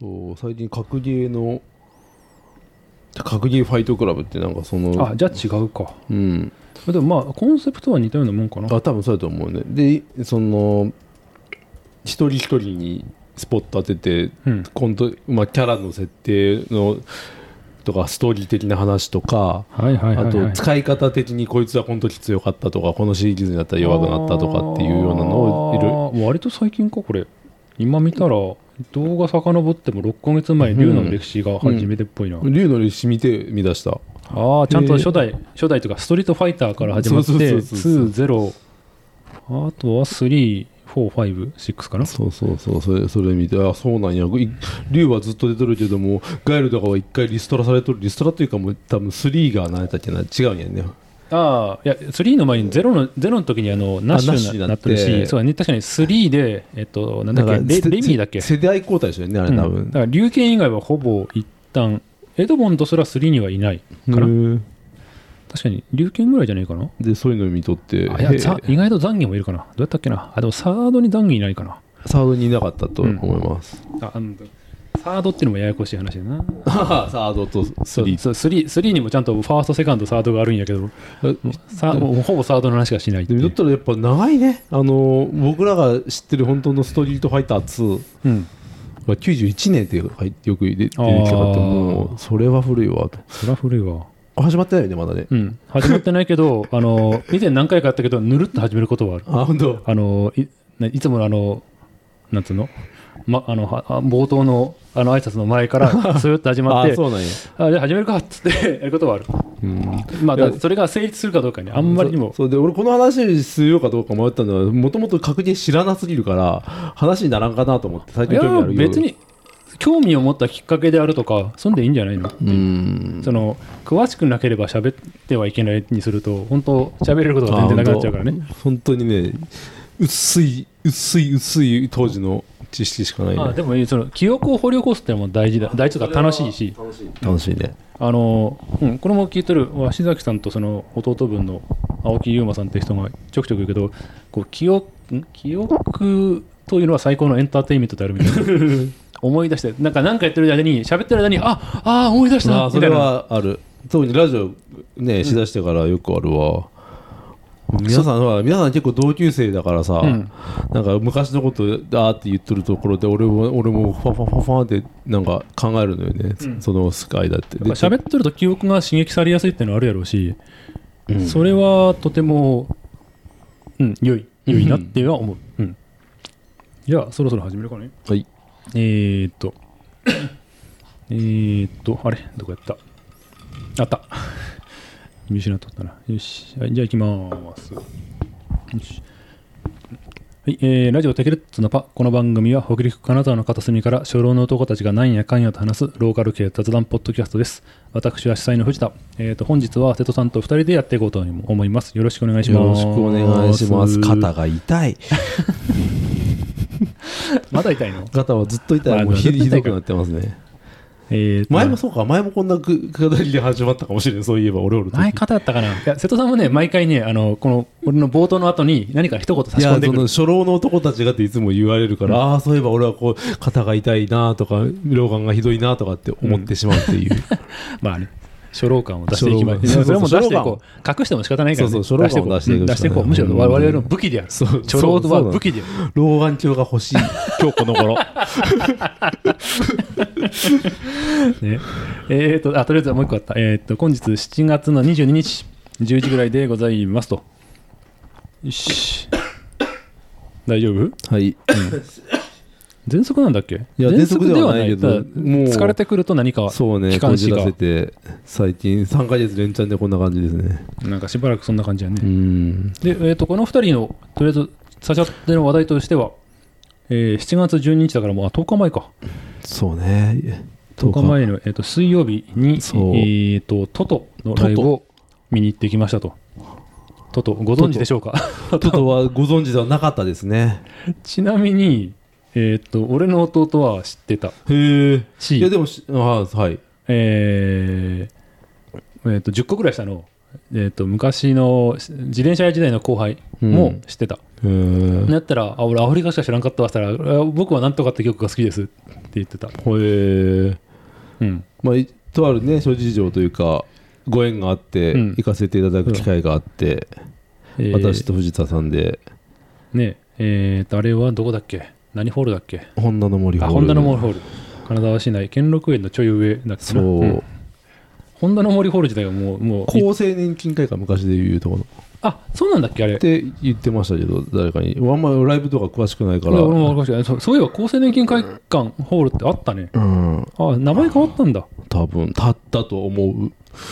そう最近格ゲーファイトクラブってなんかそのじゃあ違うか。 うん。 でもまあコンセプトは似たようなもんかな。 多分そうだと思うね。でその一人一人にスポット当てて、コントキャラの設定のとかストーリー的な話とか、あと使い方的にこいつはこの時強かったとかこのシリーズになったら弱くなったとかっていうようなのを割と最近かこれ。今見たら動画遡っても6ヶ月前竜の歴史が初めてっぽいな。 竜の歴史見出した。 ちゃんと初代というかストリートファイターから始まって2、0、あとは3、4、5、6かな。 そうそれ見てそうなんや。竜はずっと出てるけどもガイルとかは一回リストラされとる。リストラというかもう多分3が何やったっけな、違うんやね。 いや3の前にゼロの時にナッシュになってるし、そうね、確かに3でなんだっけレミーだっけ、 世代交代ですよねあれ多分。 だから龍拳以外はほぼ一旦エドモンドすら3にはいないかな。確かに龍拳ぐらいじゃないかな。 でそういうのを見とって意外とザンギもいるかな。どうやったっけな。でもサードにザンギいないかな。 サードにいなかったと思います。 サードっていうのもややこしい話だな。 サードと 3にもちゃんとファーストセカンドサードがあるんやけどもうほぼサードの話しかしないっていう。 だったらやっぱ長いね。僕らが知ってる本当のストリートファイター2、91年ってよく出てきたかって、もうそれは古いわと。 それは古いわ。 始まってないよねまだね。 始まってないけど以前何回かあったけどぬるっと始めることはある。 本当。 いつものなんつうの、冒頭の挨拶の前からスーッと始まってそうなんや。 じゃあ始めるかっつってやることはある。それが成立するかどうかね。あんまりにもそうで俺この話するかどうか迷ったのはもともと確認知らなすぎるから話にならんかなと思って最近興味ある。 別に興味を持ったきっかけであるとかそんでいいんじゃないの。その詳しくなければ喋ってはいけないにすると本当喋れることが全然なくなっちゃうからね。 本当にね薄い当時の知識しかないね。 でもその記憶を掘り起こすってのも大事とか楽しいし楽しいね。 これも聞いてる鷲崎さんとその弟分の青木優馬さんって人がちょくちょく言うけど、こう記憶というのは最高のエンターテインメントであるみたいな思い出してなんかやってる間に喋ってる間に思い出したみたいな。 それはある。特にラジオねしだしてからよくあるわ。皆さん結構同級生だからさ、なんか昔のことって言ってるところで俺もファンってなんか考えるのよね、そのスカイだって。 喋ってると記憶が刺激されやすいっていうのはあるやろうし、それはとても、良いなっては思う。じゃあそろそろ始めるかね。 はい。 あれどこやった。あった見失っとったな。よし、はい、じゃあ行きます。よし。はい、ラジオテケレッツのパ。この番組は北陸金沢の片隅から初老の男たちがなんやかんやと話すローカル系雑談ポッドキャストです。私は主催の藤田。本日は瀬戸さんと2人でやっていこうと思います。よろしくお願いします。 よろしくお願いします。肩が痛い。 まだ痛いの？ 肩はずっと痛い。もうひどくなってますね。前もそうか。前もこんなくだりで始まったかもしれない。そういえば俺前肩だったかな。いや瀬戸さんもね毎回ねこの俺の冒頭の後に何か一言差し込んでくる。 いやその初老の男たちがっていつも言われるから、そういえば俺はこう肩が痛いなとか老眼がひどいなとかって思ってしまうっていう。 まあね。初老感を出していきます。それも出していこう。隠しても仕方ないからね。 初老感を出していこう。 むしろ我々の武器である。初老は武器である。 老眼鏡が欲しい。今日この頃。 ね、とりあえずもう一個あった。本日7月の22日10時ぐらいでございますと。よし。大丈夫？ はい。 喘息なんだっけ？ いや喘息ではないけど、もう疲れてくると何か気管支がそうね、こじらせて最近3ヶ月連チャンでこんな感じですね。 なんかしばらくそんな感じやね。でこの2人のとりあえずさちゃっての話題としては、7月12日だからもう10日前か。 そうね。 10日前の水曜日にトトのライブを見に行ってきましたと。トトご存知でしょうか？ トトはご存知ではなかったですね。 ちなみに俺の弟は知ってた。 へえ。 いやでもはい。 10個ぐらい下の昔の自転車屋時代の後輩も知ってた。だったら、俺アフリカしか知らんかったわしたら、僕はなんとかって曲が好きですって言ってた。 まあ、とあるね諸事情というかご縁があって行かせていただく機会があって、私と藤田さんでねあれはどこだっけ、何ホールだっけ、 ホンダの森ホール、 ホンダの森ホール、金沢市内兼六園のちょい上だっけな。 そう、 ホンダの森ホール自体がもう厚生年金会館昔でいうところ、 あ、そうなんだっけあれって言ってましたけど、誰かに。あんまりライブとか詳しくないから。 俺も詳しくない。そういえば厚生年金会館ホールってあったね。名前変わったんだ。 多分たったと思う。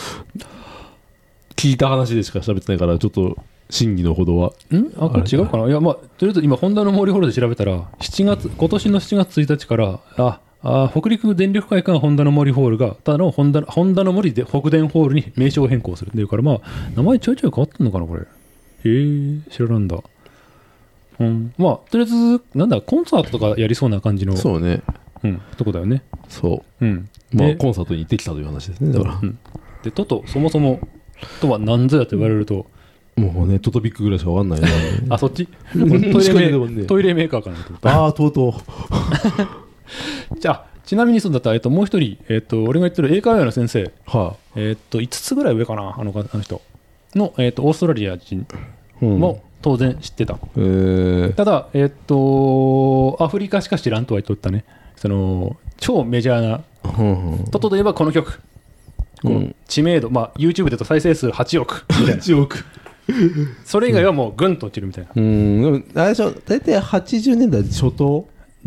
聞いた話でしか喋ってないから、ちょっと真偽のほどは。 これ違うかな。いや、まあ、とりあえず今ホンダの森ホールで調べたら、今年の7月1日から北陸電力会館ホンダの森ホールがただのホンダの森で北電ホールに名称変更するっていうから、まあ名前ちょいちょい変わったのかなこれ。知らなんだ。まあとりあえずなんだコンサートとかやりそうな感じの、 そうね、 とこだよね。 そう、まあコンサートに行ってきたという話ですね。だから、 でそもそもとは何ぞやと言われると、 もうねトトビックぐらいしか分かんないね。 あ、そっちトイレメーカーかなと思った。 とうとうじゃあちなみにそうだったら、もう一人、俺が言ってる英会話の先生、5つぐらい上かな、あの人の、オーストラリア人も当然知ってた。ただ、アフリカしか知らんとは言っとったね。その超メジャーな、といえばこの曲、知名度、まあ、YouTube でと再生数8億みたいな。 8億それ以外はもうぐんと落ちるみたいな。 でもあれでしょ、大体80年代初頭、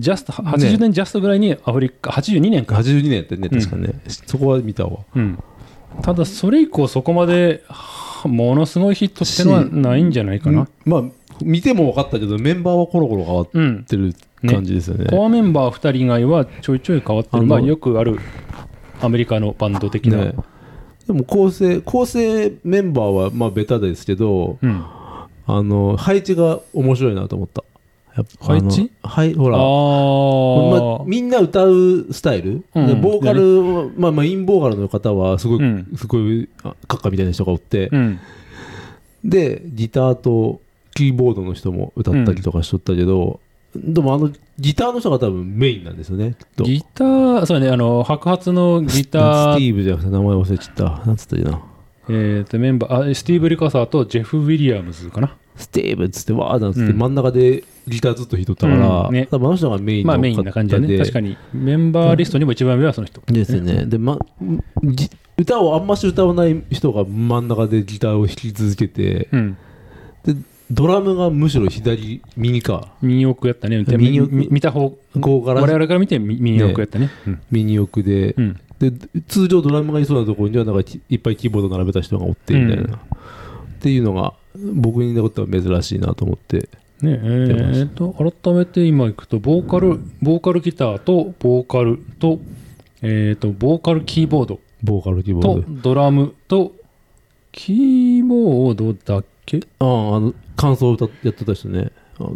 80年ジャストぐらいにアフリカ、82年か。 82年ってね、確かね、そこは見たわ。 ただ、それ以降、そこまでものすごいヒットってのはないんじゃないかな。 まあ、見ても分かったけど、メンバーはコロコロ変わってる感じですよね。 コアメンバー2人以外はちょいちょい変わってる。まあ、よくあるアメリカのバンド的な。 でも構成メンバーはまあベタですけど、配置が面白いなと思った。 配置？ ほら、みんな歌うスタイル、でボーカル、インボーカルの方はすごいカッカみたいな人がおって、でギターとキーボードの人も歌ったりとかしとったけど、でもギターの人が多分メインなんですよね。 ギター、そうね、白髪のギター、 スティーブじゃなくて名前忘れちゃった。なんつったらいいな。 メンバー、スティーブ・リカサーとジェフ・ウィリアムズかな。 スティーブっつってわーなんつって真ん中でギターずっと弾いとったから、多分あの人がメインの方で、 メインな感じだね。確かにメンバーリストにも一番上はその人ですね。で、歌をあんまし歌わない人が真ん中でギターを弾き続けて、でドラムがむしろ右奥やったね。見た方我々から見て右奥やったね。 右奥で、通常ドラムがいそうなところにはなんかいっぱいキーボード並べた人がおってみたいな、っていうのが僕にとっては珍しいなと思って。 改めて今いくとボーカルギターとボーカルとボーカルキーボードとドラムとキーボードだっけ？ 感想をやってた人ね。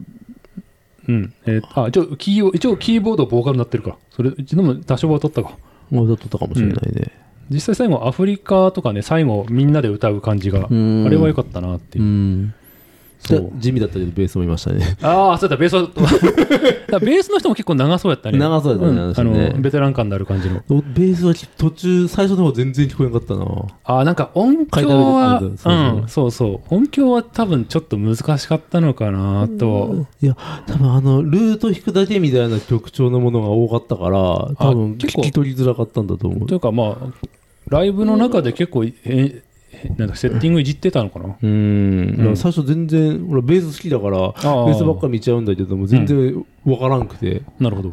一応キーボードボーカルになってるから、それ一度も多少は取ったか。 もう歌っとったかもしれないね。 実際最後アフリカとかね、最後みんなで歌う感じがあれは良かったなっていう。 地味だったけどベースもいましたね。 そうだ、ベースはベースの人も結構長そうやったね。 長そうやったね。 ベテラン感のある感じの。 ベースは途中最初の方全然聞こえなかったな。 なんか音響は音響は多分ちょっと難しかったのかなと。 いや多分ルート弾くだけみたいな曲調のものが多かったから、多分聞き取りづらかったんだと思う。 というかまあライブの中で結構なんかセッティングいじってたのかな。 最初全然俺ベース好きだからベースばっか見ちゃうんだけども全然わからんくて。 なるほど。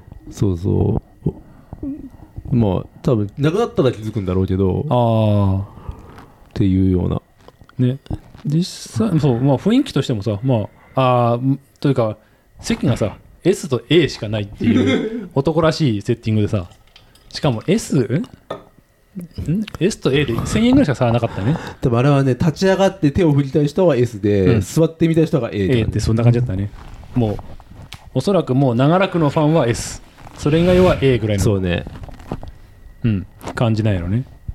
まあ多分なくなったら気づくんだろうけどっていうようなね。実際雰囲気としてもさ、というか席がさ S と A しかないっていう男らしいセッティングでさ、しかも S と A で1000円ぐらいしか差はなかったね。 多分あれはね、立ち上がって手を振りたい人は S で、座ってみたい人が A ってそんな感じだったね。もうおそらくもう長らくのファンは S、 それ以外は A ぐらいのそうね、 感じなんやろね。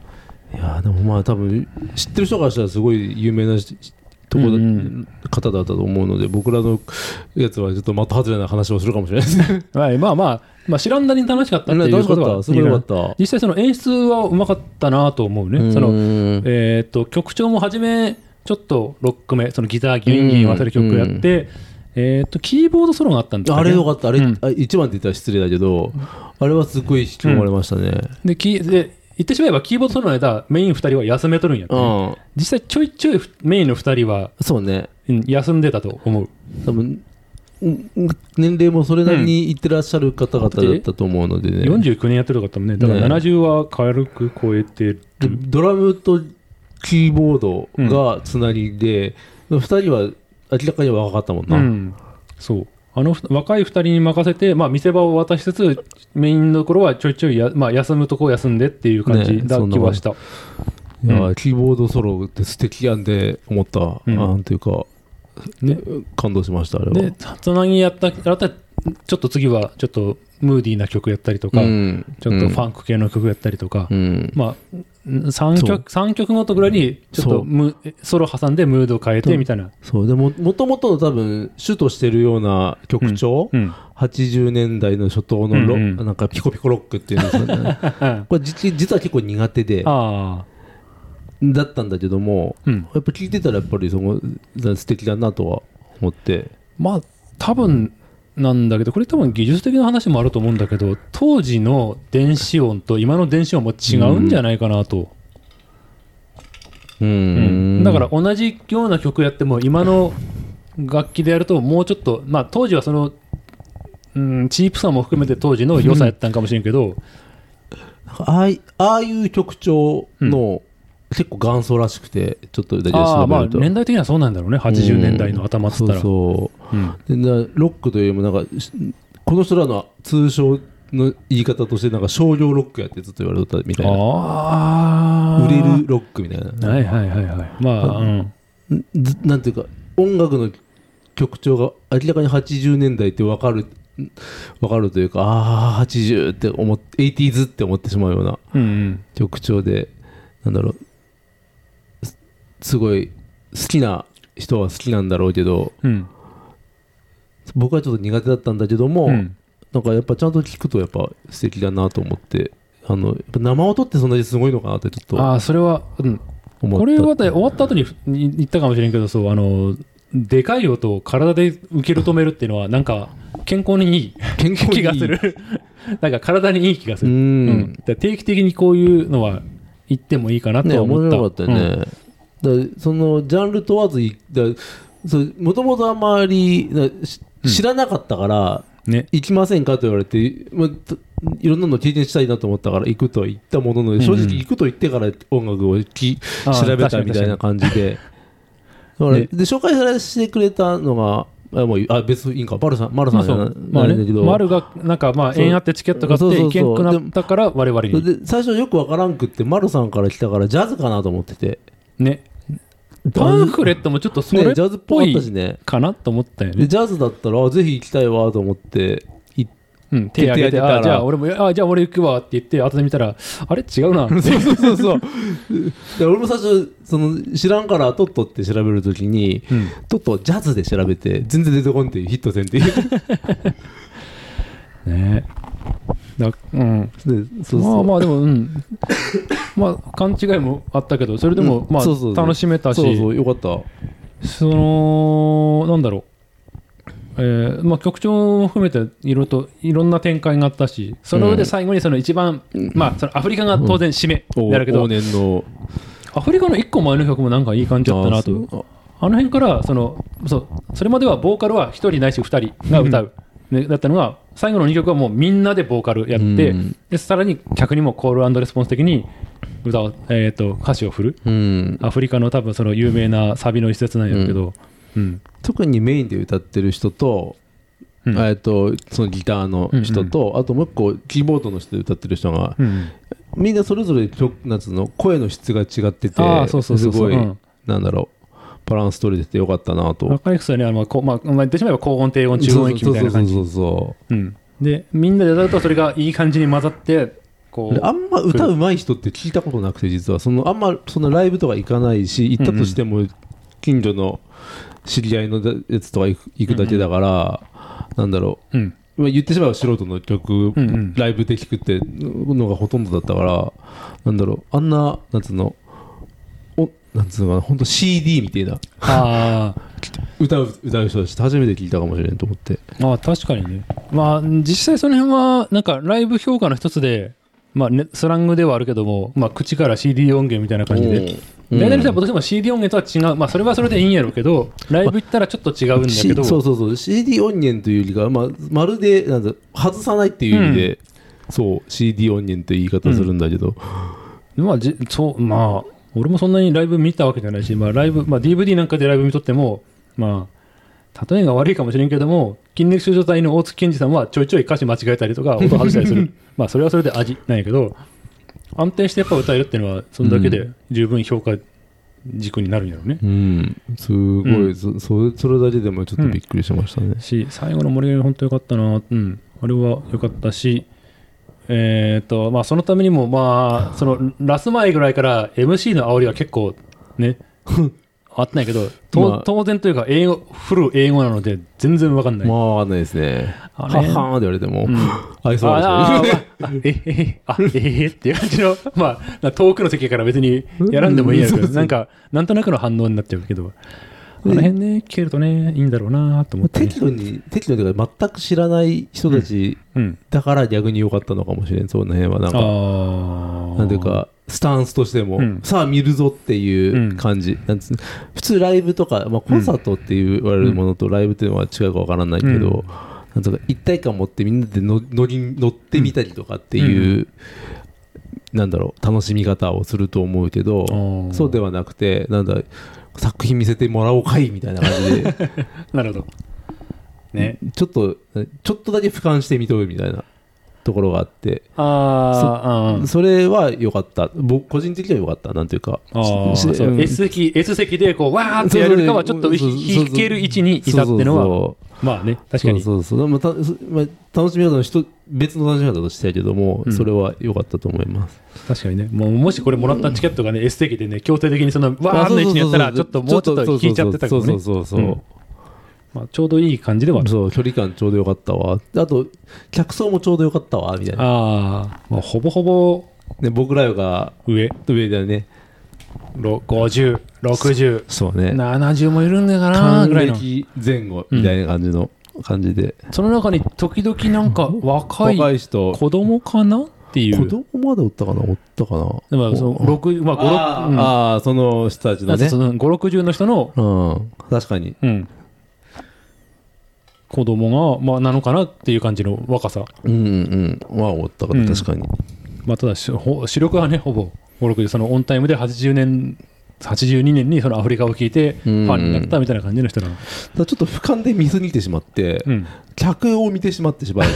いやでもまあ多分知ってる人からしたらすごい有名なところ、方だったと思うので、僕らのやつはちょっと的外れな話をするかもしれないですね。 はい、まあ知らんなりに楽しかったっていうことはすごい良かった。 実際その演出はうまかったなと思うね。その曲調も初めちょっとロックめ、そのギターギュインギュイン言わせる曲やって、キーボードソロがあったんだあれよかった。あれ、一番って言ったら失礼だけど、あれはすごい引き込まれましたね。 で言ってしまえばキーボードソロの間メイン2人は休めとるんやって、ね、実際ちょいちょいメインの2人はそうね、 休んでたと思う。 多分年齢もそれなりにいってらっしゃる方々だったと思うのでね、 49年やってる方もね、だから70は軽く超えてる、 ドラムとキーボードがつなぎで、2人は明らかに若かったもんな、 そう若い2人に任せて、見せ場を渡しつつメインのところはちょいちょい休むとこ休んでっていう感じだ気はした、 いやキーボードソロって素敵やんで思った、なんていうか、感動しました。あれはでつなぎやったらちょっと次はちょっとムーディーな曲やったりとか、ちょっとファンク系の曲やったりとか、3曲ごとぐらいにちょっとソロ挟んでムードを変えてみたいな。 そうでもともとの多分主としてるような曲調、80年代の初頭のなんかピコピコロックっていうんですかねこれ実は結構苦手でだったんだけども、やっぱ聴いてたらやっぱり素敵だなとは思って、 多分なんだけど、これ多分技術的な話もあると思うんだけど、当時の電子音と今の電子音も違うんじゃないかなと。だから同じような曲やっても今の楽器でやるともうちょっと、当時はその、チープさも含めて当時の良さやったんかもしれんけど、 ああいう曲調の、結構元祖らしくて、ちょっとだけ調べると、 年代的にはそうなんだろうね、80年代の頭っつったら。でロックというよりもなんかこの人らの通称の言い方としてなんか商業ロックやってずっと言われてたみたいな、売れるロックみたいな、なんていうか音楽の曲調が明らかに80年代って分かるというか、80って80s って思ってしまうような曲調で、なんだろう、すごい好きな人は好きなんだろうけど、僕はちょっと苦手だったんだけども、なんかやっぱちゃんと聞くとやっぱ素敵だなと思って、やっぱ生音ってそんなにすごいのかなってちょっとそれは、これは終わった後に言ったかもしれんけど、でかい音を体で受け止めるっていうのはなんか健康にいい気がするなんか体にいい気がする、定期的にこういうのは言ってもいいかなと思った。 面白かったよね、そのジャンル問わずもともとあんまり知らなかったから、行きませんかと言われて、いろんなの経験したいなと思ったから行くとは言ったものの、正直行くと言ってから音楽を調べたみたいな感じで、で紹介してくれたのが別にいいんか、丸さんじゃないんだけど、 丸がなんか縁あってチケット買って行けんくなったから我々に。 で最初よくわからんくって丸さんから来たからジャズかなと思っててね、パンフレットもちょっとそれっジャズっぽぽいかったしね、 かなと思ったよね。 でジャズだったらぜひ行きたいわと思って手挙げて、じゃあ俺行くわって言って、後で見たらあれ違うなってそうで俺も最初知らんからトットって調べるときに、トットジャズで調べて全然出てこんっていう、ヒットせんっていうねでも勘違いもあったけど、それでも楽しめたし、 よかった。 なんだろう、曲調も含めていろんな展開があったし、その上で最後に一番、そのアフリカが当然締めになるけど、アフリカの1個前の曲もなんかいい感じだったなと。あの辺からそれまではボーカルは1人ないし2人が歌う、だったのが、最後の2曲はもうみんなでボーカルやって、でさらに客にもコール&レスポンス的に歌詞を振る、アフリカの多分その有名なサビの一節なんやけど、 特にメインで歌ってる人と、そのギターの人と、あともう一個キーボードの人で歌ってる人が、みんなそれぞれなんつうの声の質が違ってて、すごい、なんだろう、バランス取れててよかったなと。 分かりやすいね。言ってしまえば高音低音中音域みたいな感じで、みんなで歌うとそれがいい感じに混ざってこうあんま歌うまい人って聞いたことなくて、実はあんまそのライブとか行かないし、行ったとしても近所の知り合いのやつとか行くだけだから、なんだろう、言ってしまえば素人の曲、ライブで聴くってのがほとんどだったから、なんだろう、あんな、なんつうのかな、本当 CD みたいな歌う人たちって初めて聞いたかもしれんと思って。 確かにね。実際その辺はなんかライブ評価の一つで、スラングではあるけども、口から CD 音源みたいな感じで、大体の人はどうしても CD 音源とは違う、それはそれでいいんやろうけど、ライブ行ったらちょっと違うんだけど、 そう CD 音源というよりか、まるでなんだ外さないっていう意味で、そう CD 音源という言い方するんだけど、俺もそんなにライブ見たわけじゃないし、ライブ、DVD なんかでライブ見とっても、例えが悪いかもしれんけども、筋肉症状態の大月健二さんはちょいちょい歌詞間違えたりとか音外したりするそれはそれで味なんやけど、安定してやっぱ歌えるっていうのはそれだけで十分評価軸になるんやろうね。 すごい、それだけでもちょっとびっくりしましたね。 最後の盛り上がり本当良かったな。あれは良かったし、そのためにもそのラス前ぐらいから MC の煽りは結構ねあったんやけど、当然というかフル英語なので全然分かんない。 分かんないですね。はっはーって言われても、愛想悪いっていう感じの、遠くの席から別にやらんでもいいんやけど、なんとなくの反応になっちゃうけど、あの辺ね、聞けるとね、いいんだろうなと思って、 適度にというか、全く知らない人たちだから逆に良かったのかもしれん、その辺は。なんていうか、スタンスとしても、さあ見るぞっていう感じ。普通ライブとか、コンサートって言われるものとライブっていうのは違うか分からないけど、なんとか一体感持ってみんなで乗ってみたりとかっていう、なんだろう、楽しみ方をすると思うけど、そうではなくて、作品見せてもらおうかいみたいな感じでなるほど、ね、 ちょっとだけ俯瞰してみとるみたいなところがあって、それは良かった。僕個人的には良かった。なんていうか、 S 席でこうわーってやるよりかはちょっと引ける位置にいたっていうのは確かに楽しみ方の別の楽しみ方としてやけども、それは良かったと思います。 確かにね、もしこれもらったチケットがね S 席でね強制的にそのわーの位置にやったらちょっともうちょっと引いちゃってたかもね。ちょうどいい感じではある。 距離感ちょうどよかったわ。あと客層もちょうどよかったわみたいな。 ほぼほぼ、 ね、僕らが上だよね。 50、60、 そうね、 70もいるんだからぐらいの還暦前後みたいな感じで、 その中に時々なんか若い人、子供かなっていう。 子供までおったかな。 でもその6、 その人たちのね、 その5、60の人の、 確かに、 子供がなのかなっていう感じの若さ。 おったかな、確かに。 ただ主力はね、ほぼ5、60、そのオンタイムで82年にそのアフリカを聴いてファンになったみたいな感じの人なの。 ちょっと俯瞰で見すぎてしまって、客を見てしまってしばらく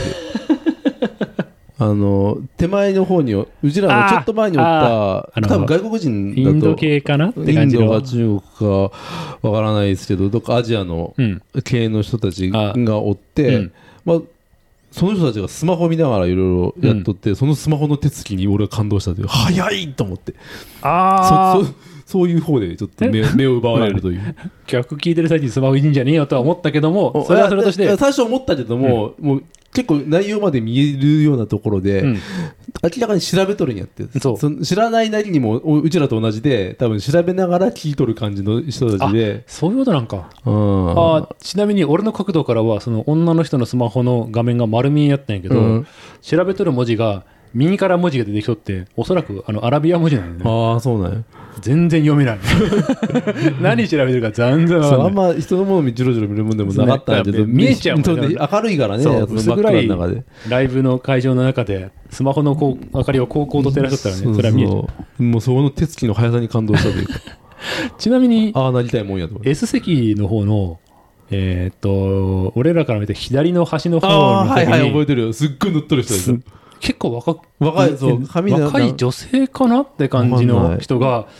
手前の方にうちらのちょっと前におった多分外国人だとインド系かなって感じの、 インドか中国かわからないですけど、どっかアジアの系の人たちがおって、その人たちがスマホ見ながらいろいろやっとって、そのスマホの手つきに俺は感動したという、早いと思って、そういう方でちょっと目を奪われるという曲聴いてる最中にスマホいいんじゃねえよとは思ったけども、それはそれとして最初思ったけども、もう結構内容まで見えるようなところで、明らかに調べとるんやって。知らないなりにもうちらと同じで多分調べながら聞いとる感じの人たちで。 そういうことなんか。ちなみに俺の角度からはその女の人のスマホの画面が丸見えやったんやけど、調べとる文字が右から文字が出てきとって、おそらくアラビア文字なんだよね。 そうなんや。 全然読めない何調べてるか全然分かんない。 あんま人のものじろじろ見るもんでもなかったんやけど、 見えちゃうもんね。明るいからね、 薄暗いライブの会場の中でスマホの明かりをこうと照らしとったらね、それは見えちゃう。 もうその手つきの速さに感動したというかちなみになりたいもんやと S 席の方の俺らから見て左の端の方の時に、 覚えてるよ。すっごい塗っとる人ですよ。 結構若い女性かなって感じの人が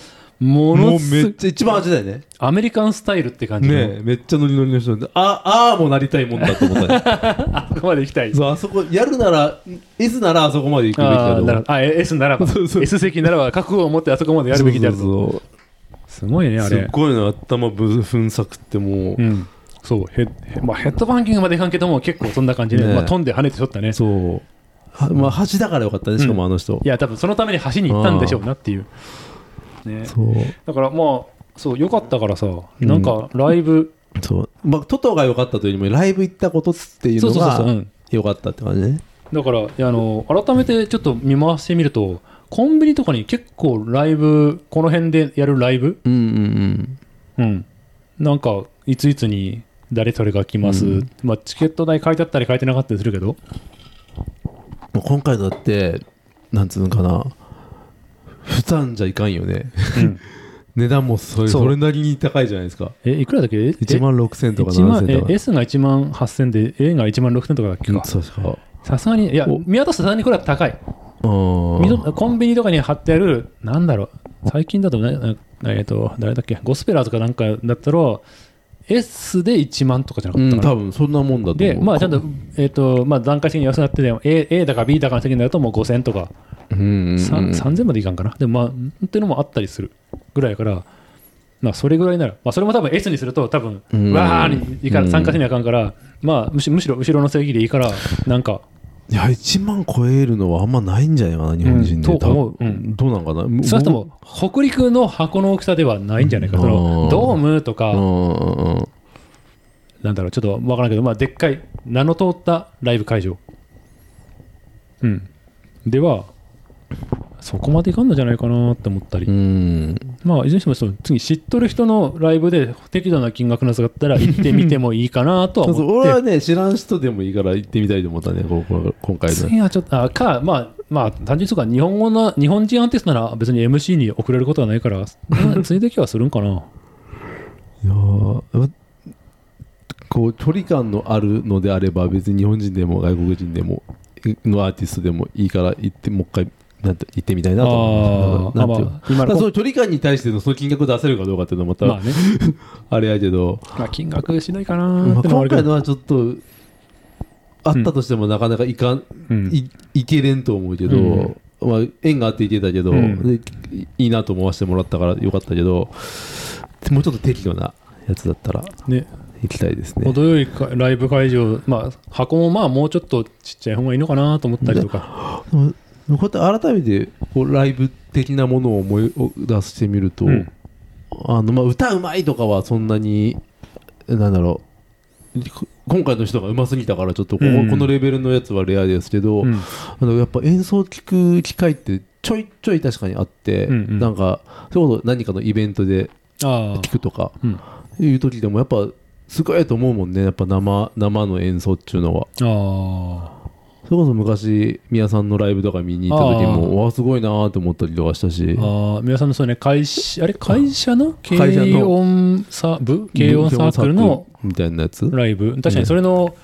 ものすめっちゃ一番味だよね。 アメリカンスタイルって感じのね、めっちゃノリノリの人で、ああもなりたいもんだと思ったね。 あそこまで行きたい。 そう、あそこやるなら S ならあそこまで行くべきだと思う。 S ならばそうそう S 席ならば覚悟を持ってあそこまでやるべきであると。 そうすごいねあれ。 すっごいの頭ぶ粉作ってもう、 そうヘッドバンキングまでいかんけども結構そんな感じで、 ね飛んで跳ねてしょったね。 そうまあ橋だからよかったね、しかもあの人。 いや多分そのために橋に行ったんでしょうなっていう。ね、 そうだからまあそう良かったからさ、なんかライブ、 そうまあトトが良かったというよりもライブ行ったことっていうのが良かったって感じね。 だからいや改めてちょっと見回してみるとコンビニとかに結構ライブこの辺でやるライブ、なんかいついつに誰それが来ます、まあ、チケット代書いてあったり書いてなかったりするけど、 もう今回だってなんつうのかな、普段じゃいかんよね。値段もそれなりに高いじゃないですか。 いくらだっけ ？1万6000とか7000とか。 S が1万8000で A が1万6000とかだっけか。さすがにいや見渡すとさすがにこれは高い。コンビニとかに貼ってあるなんだろう、最近だと誰だっけ、ゴスペラーとかなんかだったら S で1万とかじゃなかったかな。 多分そんなもんだと思う。 でまあちゃんとまあ段階的に安くなってて A だか B だかの席になるともう5000とか3000までいかんかな。でもまあっていうのもあったりするぐらいから、まあそれぐらいなら、まあそれも多分 S にすると多分わーにいいから参加しにあかんから、まあむしろ後ろの席でいいからなんか。 いや1万超えるのはあんまないんじゃないかな日本人で。 と思う。 どうなんかな。 少なくとも北陸の箱の大きさではないんじゃないか。そのドームとかなんだろうちょっとわからんけど、まあでっかい名の通ったライブ会場ではそこまでいかんのじゃないかなって思ったり、まあいずれにしても次知っとる人のライブで適度な金額のやつがあったら行ってみてもいいかなとは思って俺はね知らん人でもいいから行ってみたいと思ったね今回の。 次はちょっとまあ単純にそうか、日本人アーティストなら別に MC に送れることはないからついできはするんかな。いやこう距離感のあるのであれば別に日本人でも外国人でものアーティストでもいいから行ってもう一回行ってみたいなと思う。その距離感に対してのその金額出せるかどうかっていうのはまた、まあね、あれやけど、 まあ、金額しないかなっての今回のはちょっとあったとしてもなかなかいけれんと思うけど、まあ、縁があっていけたけど、でいいなと思わせてもらったからよかったけど、もうちょっと適度なやつだったらね行きたいですね。 程よいライブ会場、まあ、箱もまあもうちょっとちっちゃい方がいいのかなと思ったりとか。 こうやって改めてこうライブ的なものを思い出してみると、まあ、歌うまいとかはそんなになんだろう、今回の人がうますぎたからちょっとこのレベルのやつはレアですけど、やっぱ演奏聴く機会ってちょいちょい確かにあって、なんかそれこそ何かのイベントで聴くとかいう時でもやっぱすごいと思うもんね、やっぱ生の演奏っていうのは。それこそ昔宮さんのライブとか見に行った時もすごいなーって思ったりとかしたし、 宮さんのそうね会社の軽音サークルのみたいなやつライブ、確かにそれの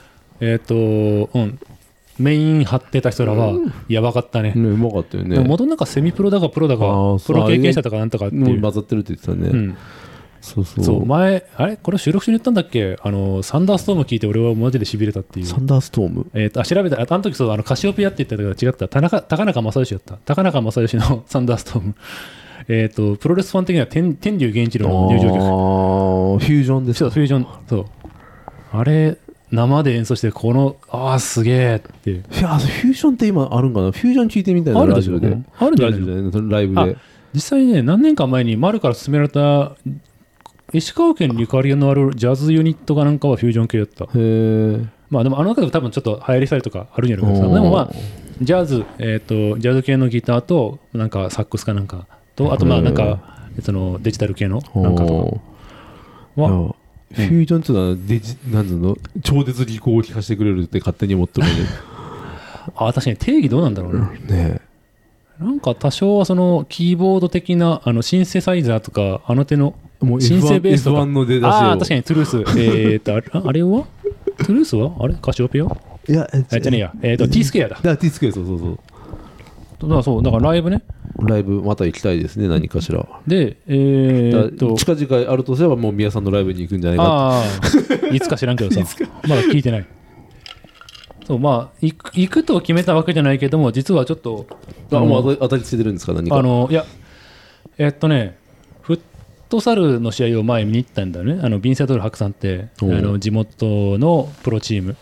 メイン張ってた人らはやばかったね。 うまかったよね。 元なんかセミプロだかプロだかプロ経験者とかなんとかっていう混ざってるって言ってたね。 そう前これ収録しに行ったんだっけ、サンダーストーム聞いて俺はマジでしびれたっていう。 サンダーストーム調べたあの時そうカシオペアって言ったけど違った、高中正義だった。高中正義のサンダーストームプロレスファン的には天竜源一郎の入場曲、 フュージョンですか。 フュージョン、そうあれ生で演奏してこのすげえっていう。 フュージョンって今あるんかな。フュージョン聞いてみたいな。ラジオであるんじゃないのライブで。 実際ね何年か前に丸から勧められた石川県にゆかりのあるジャズユニットがなんかはフュージョン系だった。まあでも中でも多分ちょっと流行りしたりとかあるんやろうけどさ、でもまあジャズ系のギターとなんかサックスかなんかと、あとまあなんかデジタル系のなんかとかはフュージョンっていうのはなんつうの超絶技巧を聞かせてくれるって勝手に思ってるので確かに定義どうなんだろうね。なんか多少はそのキーボード的なシンセサイザーとか手のシンセベースとか、確かにトゥルースあれはトゥルースはあれカシオペア、 いやじゃねえやT スクエアだ。 T スクエアそうだからライブねライブまた行きたいですね、何かしら。 で、 近々あるとすればもう宮さんのライブに行くんじゃないかああ、いつか知らんけどさ、まだ聞いてない。そう、まあ行くと決めたわけじゃないけども、実はちょっともう当たりついてるんですか、何か。 いや、フットサルの試合を前見に行ったんだよね。ヴィンセントル博さんって地元のプロチーム、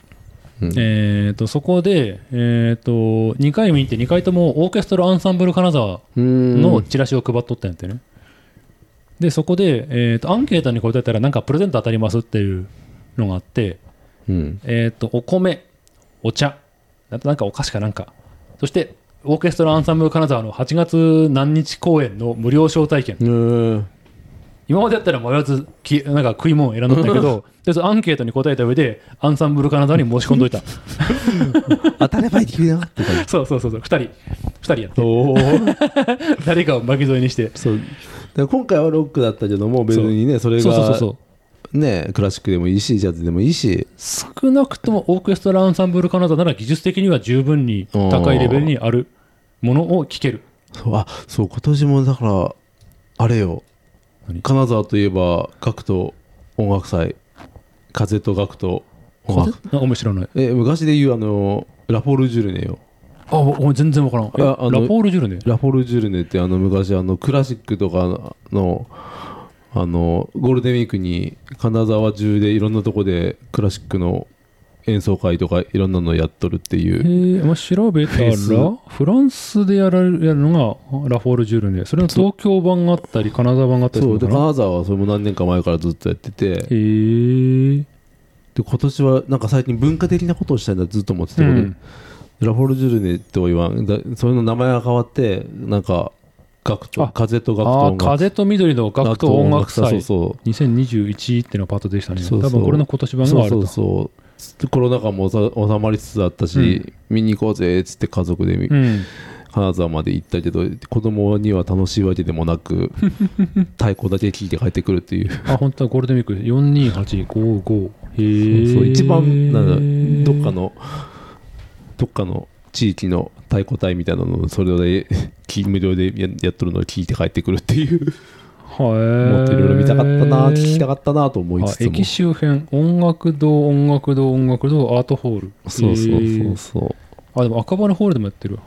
そこで、2回見に行って2回ともオーケストラアンサンブル金沢のチラシを配っとったんやってね。でそこで、アンケートに答えたらなんかプレゼント当たりますっていうのがあって、お米、お茶、なんかお菓子かなんか、そしてオーケストラアンサンブル金沢の8月何日公演の無料招待券。今までやったら迷わずなんか食い物選んどったけどでそのアンケートに答えた上でアンサンブル金沢に申し込んどいた。 当たればいいって言うなって感じ。 そう2人やって誰かを巻き添えにして。 そうで今回はロックだったけども別にね、それがね、クラシックでもいいしジャズでもいいし、 少なくともオーケストラアンサンブル金沢なら技術的には十分に高いレベルにあるものを聴ける。 そう今年もだからあれよ、金沢といえば学徒音楽祭、風と学徒音楽。 お前知らない。 昔で言うラフォールジュルネよ。 お前全然分からん。ラフォールジュルネ。 ラフォールジュルネって昔クラシックとかのゴールデンウィークに金沢中でいろんなとこでクラシックの演奏会とかいろんなのやっとるっていう。 調べたらフランスでやるのがラフォールジュルネ。それの東京版があったり金沢版があったりするのかな。 そうで金沢はそれも何年か前からずっとやってて、で今年はなんか最近文化的なことをしたいんだずっと思ってたけど、ラフォールジュルネとは言わんだ、それの名前が変わってなんか風と学と音楽、 風と緑の学と音楽祭、 そう 2021っていうのがパートでしたね。 多分これの今年版があると。 そうコロナ禍も収まりつつあったし、見に行こうぜっつって家族で、金沢まで行ったけど子供には楽しいわけでもなく太鼓だけ聴いて帰ってくるっていう。 本当はゴールデンウィーク42855。 そう一番なんだどっかの地域の太鼓隊みたいなのそれで無料でやっとるのを聞いて帰ってくるっていうもっといろいろ見たかったな、聞きたかったなと思いつつも、 駅周辺音楽堂アートホール。そうでも赤羽ホールでもやってる。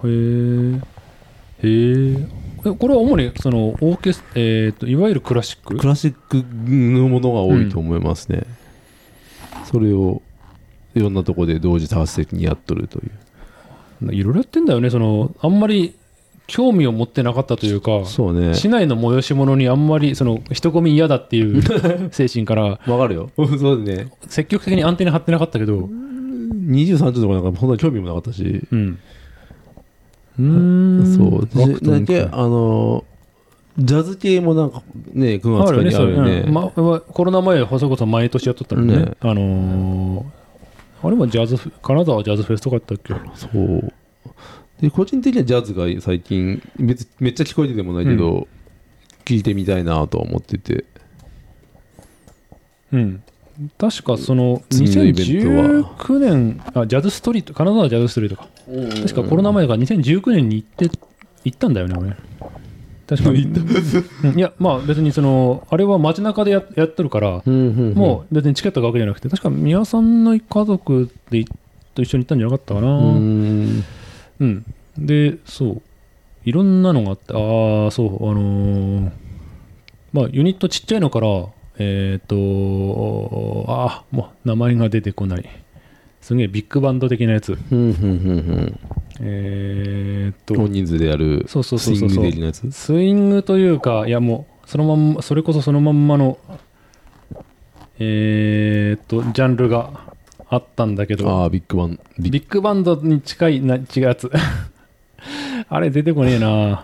これは主にそのオーケスいわゆるクラシックのものが多いと思いますね、それをいろんなところで同時多発的にやっとるという。 いろいろやってんだよね。あんまり興味を持ってなかったというか、 そうね、 市内の催し物にあんまり人混み嫌だっていう精神からわかるよそうね、 積極的にアンテナ張ってなかったけど、 20、30とかなんかそんな興味もなかったし、 そうだけジャズ系もなんかね9月かにあるよね。 コロナ前はそれこそ毎年やっとったのね。あれも金沢ジャズフェスとかやったっけ。 そうで個人的にはジャズが最近めっちゃ聞こえてでもないけど、聞いてみたいなとは思ってて、 確か2019年ジャズストリート、金沢ジャズストリートか、確かコロナ前だから2019年に行ったんだよね俺。確かにいやまあ別にあれは街中でやっとるから、もう別にチケットがわけじゃなくて、確か宮さんの家族と一緒に行ったんじゃなかったかな。でそういろんなのがあって、ユニットちっちゃいのからもう名前が出てこない、すげえビッグバンド的なやつ、 大人数でやるスイング的なやつ、 スイングというか、いやもうそのまんま、それこそそのまんまのジャンルがあったんだけど、 ビッグバンドに近い違うやつあれ出てこねえな。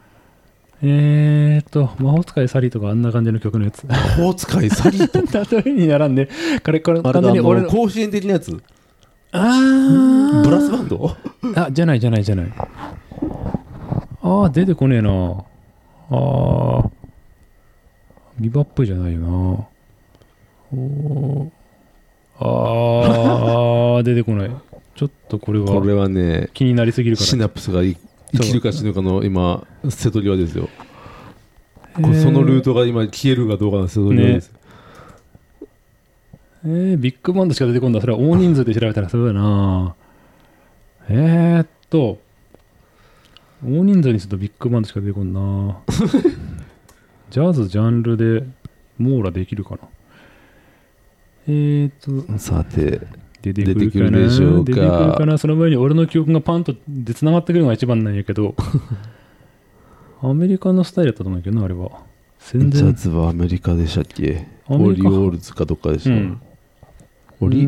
魔法使いサリーとかあんな感じの曲のやつ。 魔法使いサリーと例えに並んで、これ完全に俺の甲子園的なやつ。ブラスバンドじゃない。出てこねえな。ビバップじゃないよな。出てこない。ちょっとこれはね、 気になりすぎるから。 シナプスがい生きるか死ぬかの今瀬戸際ですよ。これそのルートが今消えるかどうかの瀬戸際です、 ね、ビッグバンドしか出てこんだ。それは大人数で調べたらそうだな。大人数にするとビッグバンドしか出てこんな。ジャズジャンルで網羅できるかな。 さて出てくるでしょうか。出てくるかな。その前に俺の記憶がパンとでつながってくるのが一番なんやけどアメリカのスタイルだったと思うけどな、あれは。 ジャズはアメリカでしたっけ？オリオールズかどっかでした、オリ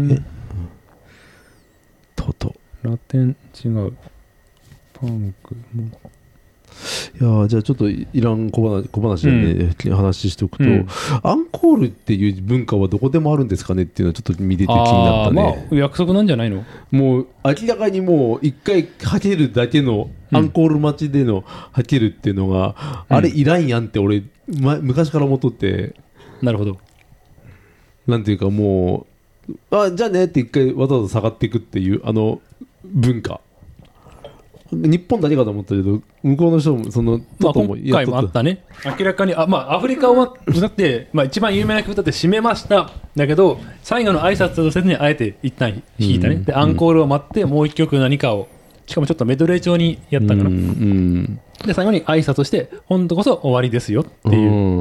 トトラテン違うパンクも。 いやじゃあちょっといらん小話でね、話しておくと、アンコールっていう文化はどこでもあるんですかねっていうのはちょっと見てて気になったね。 約束なんじゃないの？もう明らかにもう一回はけるだけのアンコール待ちでのはけるっていうのが、あれいらんやんって俺、昔から思っとって。 なるほど。 なんていうかもうじゃあねって一回わざわざ下がっていくっていう文化。日本だけかと思ったけど向こうの人もその今回もあったね。明らかにアフリカは歌って、一番有名な曲歌って締めましただけど最後の挨拶をせずにあえて一旦弾いたね、でアンコールを待ってもう一曲何かをしかもちょっとメドレー調にやったかな、で最後に挨拶して今度こそ終わりですよっていう、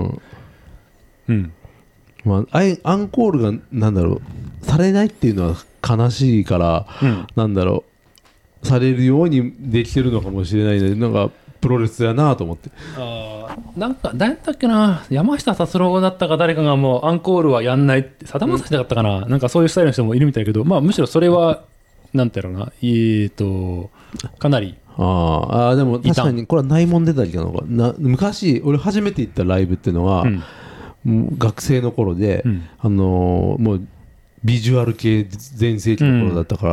アンコールがなんだろうされないっていうのは悲しいから、なんだろうされるようにできてるのかもしれないね。なんかプロレスやなと思って。 なんか誰だっけな、山下達郎だったか誰かがもうアンコールはやんないってさだまさしだったかな、なんかそういうスタイルの人もいるみたいだけど、むしろそれはなんていうのかな、かなりでも確かにこれはないもん出たりなのかな。昔俺初めて行ったライブっていうのは、学生の頃で、もうビジュアル系全盛期の頃だったから、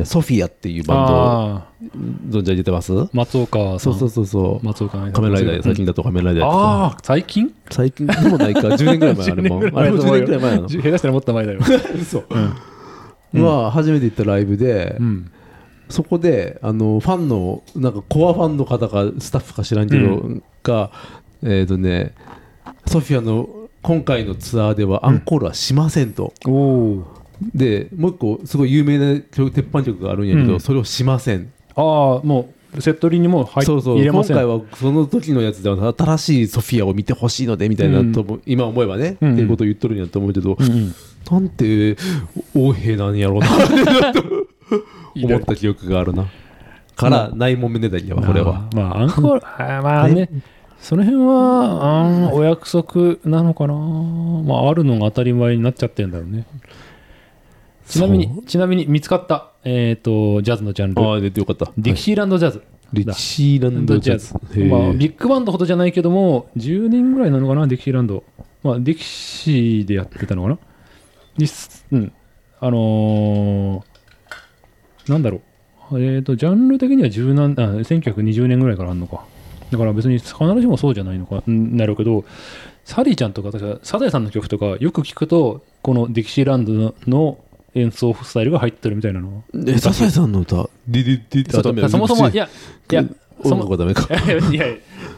ソフィアっていうバンド存じ上げてます？ 松岡さん。 そう松岡仮面ライダー、最近だと仮面ライダーとか。 最近でもないか10年ぐらい前あれも10年ぐらい前なの。 下手したらもっと前だよ。 嘘。初めて行ったライブで、そこでファンのなんかコアファンの方かスタッフか知らんけど、がソフィアの今回のツアーではアンコールはしませんと、でもう一個すごい有名な鉄板曲があるんやけど、それをしません。 もうセットリにも入れません。 今回はその時のやつでは新しいソフィアを見てほしいのでみたいなと、今思えばね、っていうことを言っとるんやと思うけど、なんて横柄なんやろうな思った記憶があるな。からないもんめねだりやわこれは。 アンコールね。その辺はお約束なのかな、あるのが当たり前になっちゃってるんだろうね。ちなみに見つかった、ジャズのジャンル。 出てよかった。 ディキシーランドジャズ。 ディキシーランドジャズ。 ビッグバンドほどじゃないけども、10年ぐらいなのかな、ディキシーランド。ディキシーでやってたのかな。なんだろう。ジャンル的には1920年ぐらいからあるのか。だから別に必ずしもそうじゃないのかなるけど、サリーちゃんとか確かサザエさんの曲とかよく聞くとこのディキシーランドの演奏スタイルが入ってるみたいなの。 サザエさんの歌そもそも音楽はダメか。 いや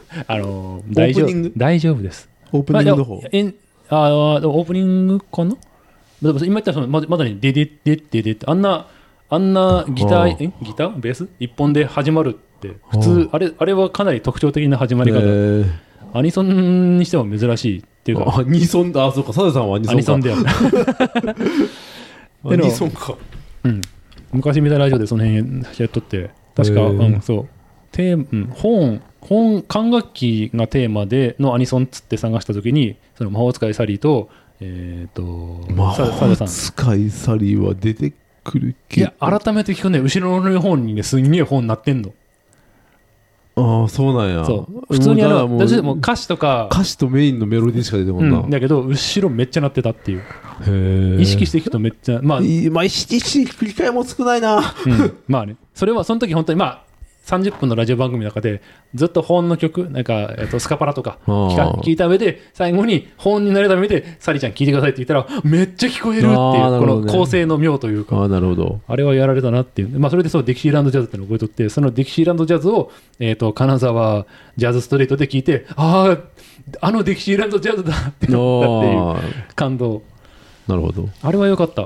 大丈夫です。 オープニングの方。 オープニングかな。今言ったまだにデデデデデってあんなギターベース一本で始まるって普通あれはかなり特徴的な始まり方。アニソンにしても珍しいっていうか。 アニソンだ。そうか、サザエさんはアニソンか。 アニソンだよ。 アニソンか。 昔見たラジオでその辺やっとって確かそう管楽器がテーマでのアニソンっつって探した時にその魔法使いサリーと魔法使いサリーは出てくるけど、 いや改めて聞くね、後ろの方にねすんげえ本になってんの。 そうなんや。 普通にもう歌詞とメインのメロディーしか出てこんな、 だけど後ろめっちゃ鳴ってたっていう。意識していくとめっちゃ意識して振り替えも少ないな。 ね、それはその時本当に 30分のラジオ番組の中でずっと本の曲なんか、スカパラとか聞いた上で最後に本になるためでサリちゃん聞いてくださいって言ったらめっちゃ聞こえるっていう、この構成の妙というか、 なるほど、 あれはやられたなっていう、それでそうディキシーランドジャズってのを覚えとって、そのディキシーランドジャズを、金沢ジャズストリートで聞いて、あのディキシーランドジャズだって思ったっていう感動。 なるほど、 あれは良かった。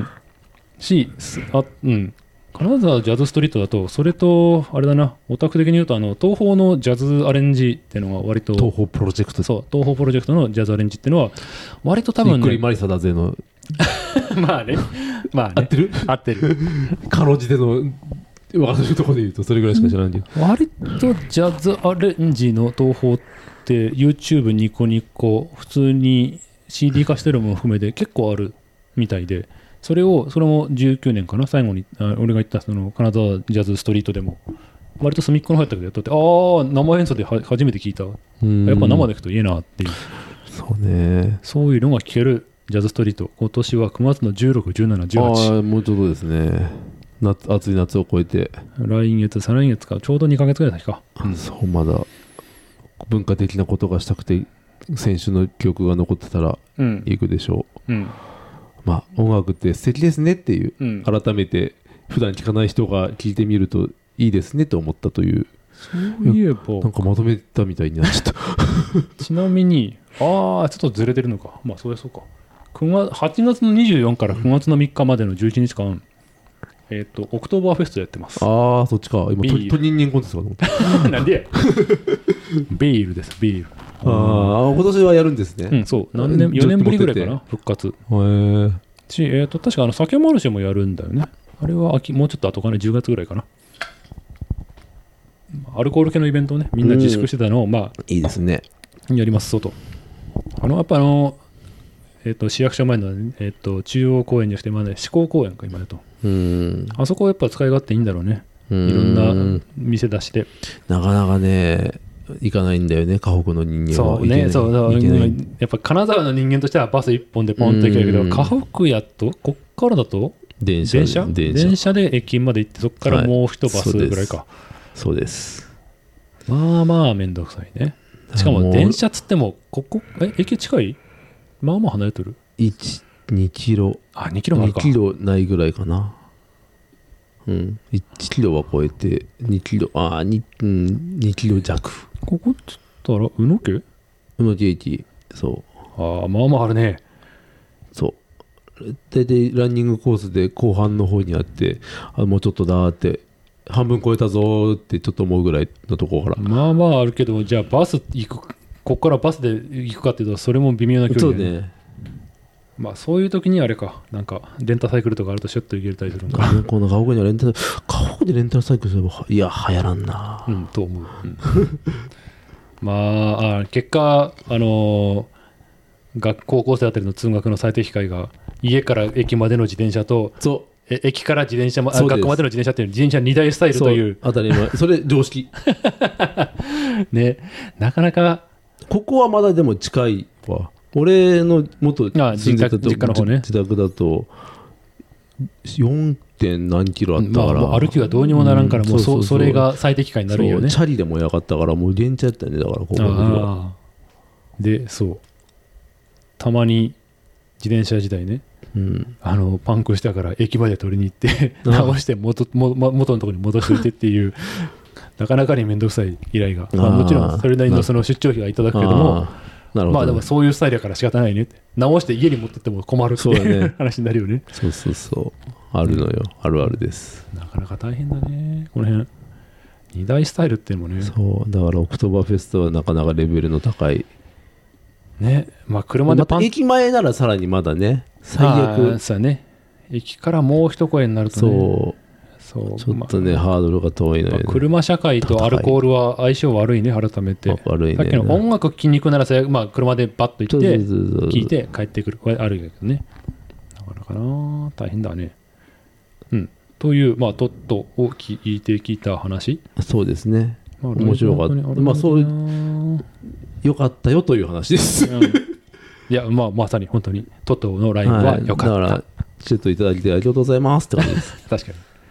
金沢ジャズストリートだと、それとあれだな、オタク的に言うと東宝のジャズアレンジっていうのが割と、 東宝プロジェクト、 そう東宝プロジェクトのジャズアレンジっていうのは割と多分、 びっくりマリサだぜのまあね合ってるかろうじての分かるところで言うとそれぐらいしか知らないけど、 割とジャズアレンジの東宝って YouTube ニコニコ普通に CD 化してるも含めて結構あるみたいで、それも19年かな、最後に俺が言ったその金沢ジャズストリートでも割と隅っこの方やったけどやっとって、生演奏で初めて聞いた、やっぱ生で聞くといいなっていう、 そうね、 そういうのが聞けるジャズストリート、今年は9月の16、17、18、 もうちょっとですね、暑い夏を越えて来月再来月か、ちょうど2ヶ月ぐらい先か、 そうまだ文化的なことがしたくて選手の記憶が残ってたら行くでしょう、音楽って素敵ですねっていう、改めて普段聞かない人が聞いてみるといいですねと思ったという、 そういえばなんかまとめたみたいになっちゃったちなみにちょっとずれてるのか、そりゃそうか、8月の24から9月の3日までの11日間、オクトーバーフェストやってます。 そっちか、今トニンニンコンテストかと思ったなんでやビールです、ビール。 今年はやるんですね。 そう4年ぶりぐらいかな、復活。確か酒マルシェもやるんだよね。あれはもうちょっと後かな、10月ぐらいかな。アルコール系のイベントをね、みんな自粛してたのをいいですね、 やりますと。やっぱ市役所前の、中央公園にして市公公園か今だと、あそこはやっぱ使い勝手いいんだろうね、いろんな店出して。なかなかね行かないんだよね、河北の人間は。 やっぱ金沢の人間としてはバス1本でポンと行けるけど、河北やとこっからだと電車で駅まで行って、そこからもう一バスぐらいか。 そうです。 めんどくさいね。しかも電車つっても駅近い？離れてる 2キロ 2キロもあるか、 2キロないぐらいかな。1キロは超えて2キロ2キロ弱。 ここっつったら宇野家駅、そうあるね。 そう大体ランニングコースで後半の方にあって、もうちょっとだって半分超えたぞーってちょっと思うぐらいのところからあるけど、じゃあバス行く、ここからバスで行くかっていうとそれも微妙な距離で、そういう時にあれか、なんかレンタサイクルとかあるとシュッと行けたりするのか。 この河北には河北でレンタサイクルすれば流行らんなと思う、結果高校生あたりの通学の最適解が家から駅までの自転車と駅から自転車学校までの自転車っていう自転車2台スタイルという当たり前、それ常識ね。なかなかここはまだでも近いわ。俺の元住んでたと実家の方ね、 自宅だと 4. 何キロあったから、 歩きはどうにもならんから、もうそれが最適解になるよね。 チャリでもやかったからもう電車やったよね。だからここでたまに自転車時代ね、パンクしたから駅まで取りに行って直して元のところに戻しておいてっていうなかなかに面倒くさい依頼が、もちろんそれなりのその出張費はいただくけども、でもそういうスタイルだから仕方ないねって、直して家に持ってっても困るっていう話になるよね。 あるのよ、あるあるです。 なかなか大変だね、この辺2大スタイルっていうのもね。 だからオクトーバーフェストはなかなかレベルの高いね。車で駅前ならさらにまだね、最悪そうね、駅からもう一声になるとね、 ちょっとね、ハードルが遠いのよね。 車社会とアルコールは相性悪いね、改めて。 悪いね。 さっきの音楽聴きに行くなら車でバッと行って聴いて帰ってくる、これあるけどね、なかなかな大変だね。という、トットを聞いてきた話。 そうですね、面白かった。よかったよという話です。 いや、まさに本当にトットのライブはよかった。 だからちょっといただきありがとうございますって感じです。 確かに。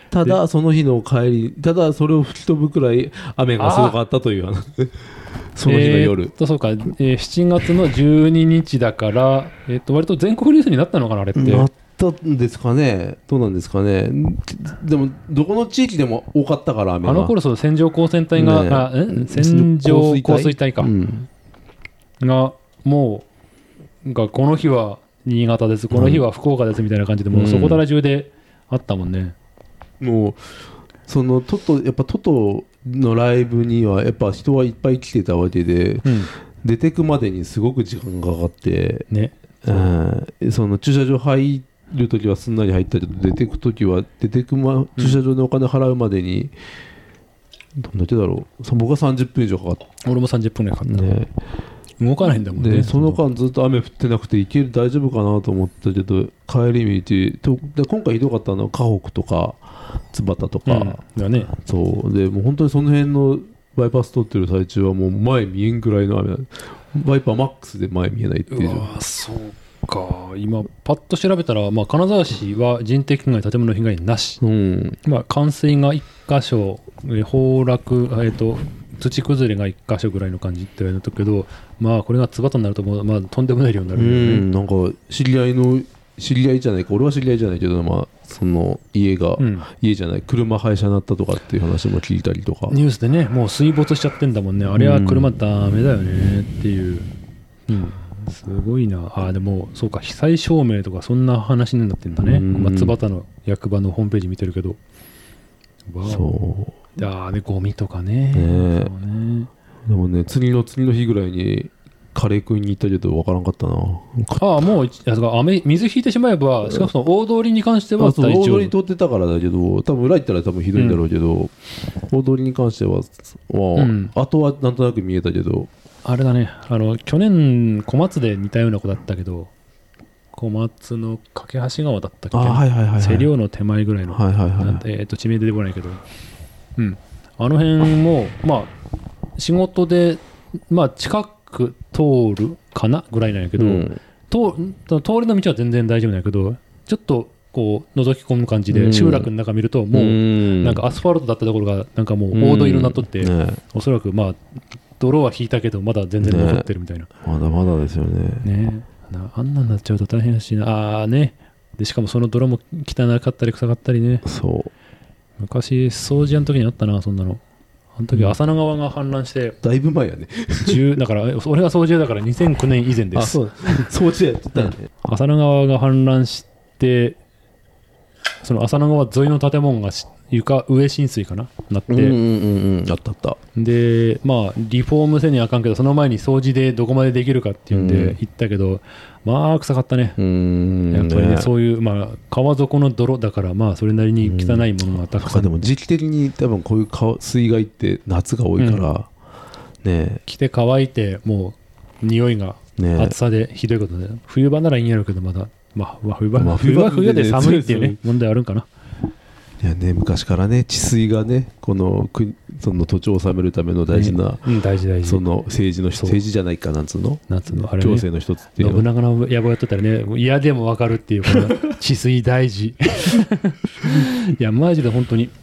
ただその日の帰り、ただそれを吹き飛ぶくらい雨がすごかったという話その日の夜、 そうか、7月の12日だから、割と全国ニュースになったのかな、あれって。 なったんですかね、どうなんですかね。でもどこの地域でも多かったから雨が。 あの頃そう線状降水帯が、線状降水帯か、がもうこの日は新潟です、この日は福岡ですみたいな感じで、もうそこら中であったもんね。 もうそのやっぱトトのライブにはやっぱ人はいっぱい来てたわけで、出てくまでにすごく時間がかかってね、その駐車場入るときはすんなり入ったけど、出てくときは駐車場でお金払うまでにどんだけだろう、僕は30分以上かかった。 俺も30分ぐらいかかったね。動かないんだもんね。 でその間ずっと雨降ってなくて大丈夫かなと思ったけど、帰り道で今回ひどかったのは河北とか津幡とか、 だね。 そうでもう本当にその辺のバイパス通ってる最中はもう前見えんぐらいの雨、ワイパーマックスで前見えないっていう。 そうか、今パッと調べたら、金沢市は人的被害、建物被害なし、冠水が1箇所、崩落、土崩れが1箇所ぐらいの感じって言われたけど、これが津幡になるともう、とんでもない量になるよね。 なんか知り合いじゃないか、俺は知り合いじゃないけど、その家じゃない車廃車になったとかっていう話も聞いたりとか、 ニュースでね、もう水没しちゃってんだもんね。あれは車ダメだよねっていう、すごいな。でもそうか、被災証明とかそんな話になってんだね。津幡の役場のホームページ見てるけど、そうゴミとかね。でもね、次の日ぐらいにカレー食いに行ったけど分からんかったな。 もう水引いてしまえば、しかもその大通りに関しては大通り通ってたからだけど、多分裏行ったら多分ひどいんだろうけど、大通りに関しては、後はなんとなく見えたけど、 あれだね、去年小松で似たような子だったけど、小松の架橋川だったっけ、瀬領の手前ぐらいの、地名出てこないけど、あの辺も仕事で近く通るかなぐらいなんやけど、通りの道は全然大丈夫なんやけど、ちょっとこう覗き込む感じで集落の中見ると、もうなんかアスファルトだったところがなんかもう黄土色になっとって、おそらく泥は引いたけどまだ全然残ってるみたいな、 まだまだですよね。 あんなんなっちゃうと大変だしな。でしかもその泥も汚かったり臭かったりね。 そう昔掃除屋の時にあったな、そんなの。あの時浅野川が氾濫して、 だいぶ前やね。 だから俺が掃除屋だから2009年以前です。 掃除屋やってたよね。 浅野川が氾濫して、その浅野川沿いの建物が上浸水かななって、 あったでリフォームせにあかんけど、その前に掃除でどこまでできるかっていうんで行ったけど、臭かったね。やっぱりね、そういう川底の泥だからそれなりに汚いものがたくさん。 でも時期的に多分こういう水害って夏が多いからね、 着て乾いてもう匂いが暑さでひどいことで、冬場ならいいんやろうけど、まだ冬は冬で寒いっていうね問題あるんかな。 いやね、昔からね、治水がね、その土地を治めるための大事な、 大事その政治じゃないかなんつうの、 あれね、 行政の一つっていうの。 信長の野望やっとったらね、嫌でも分かるっていう、この治水大事。いや、マジで本当に、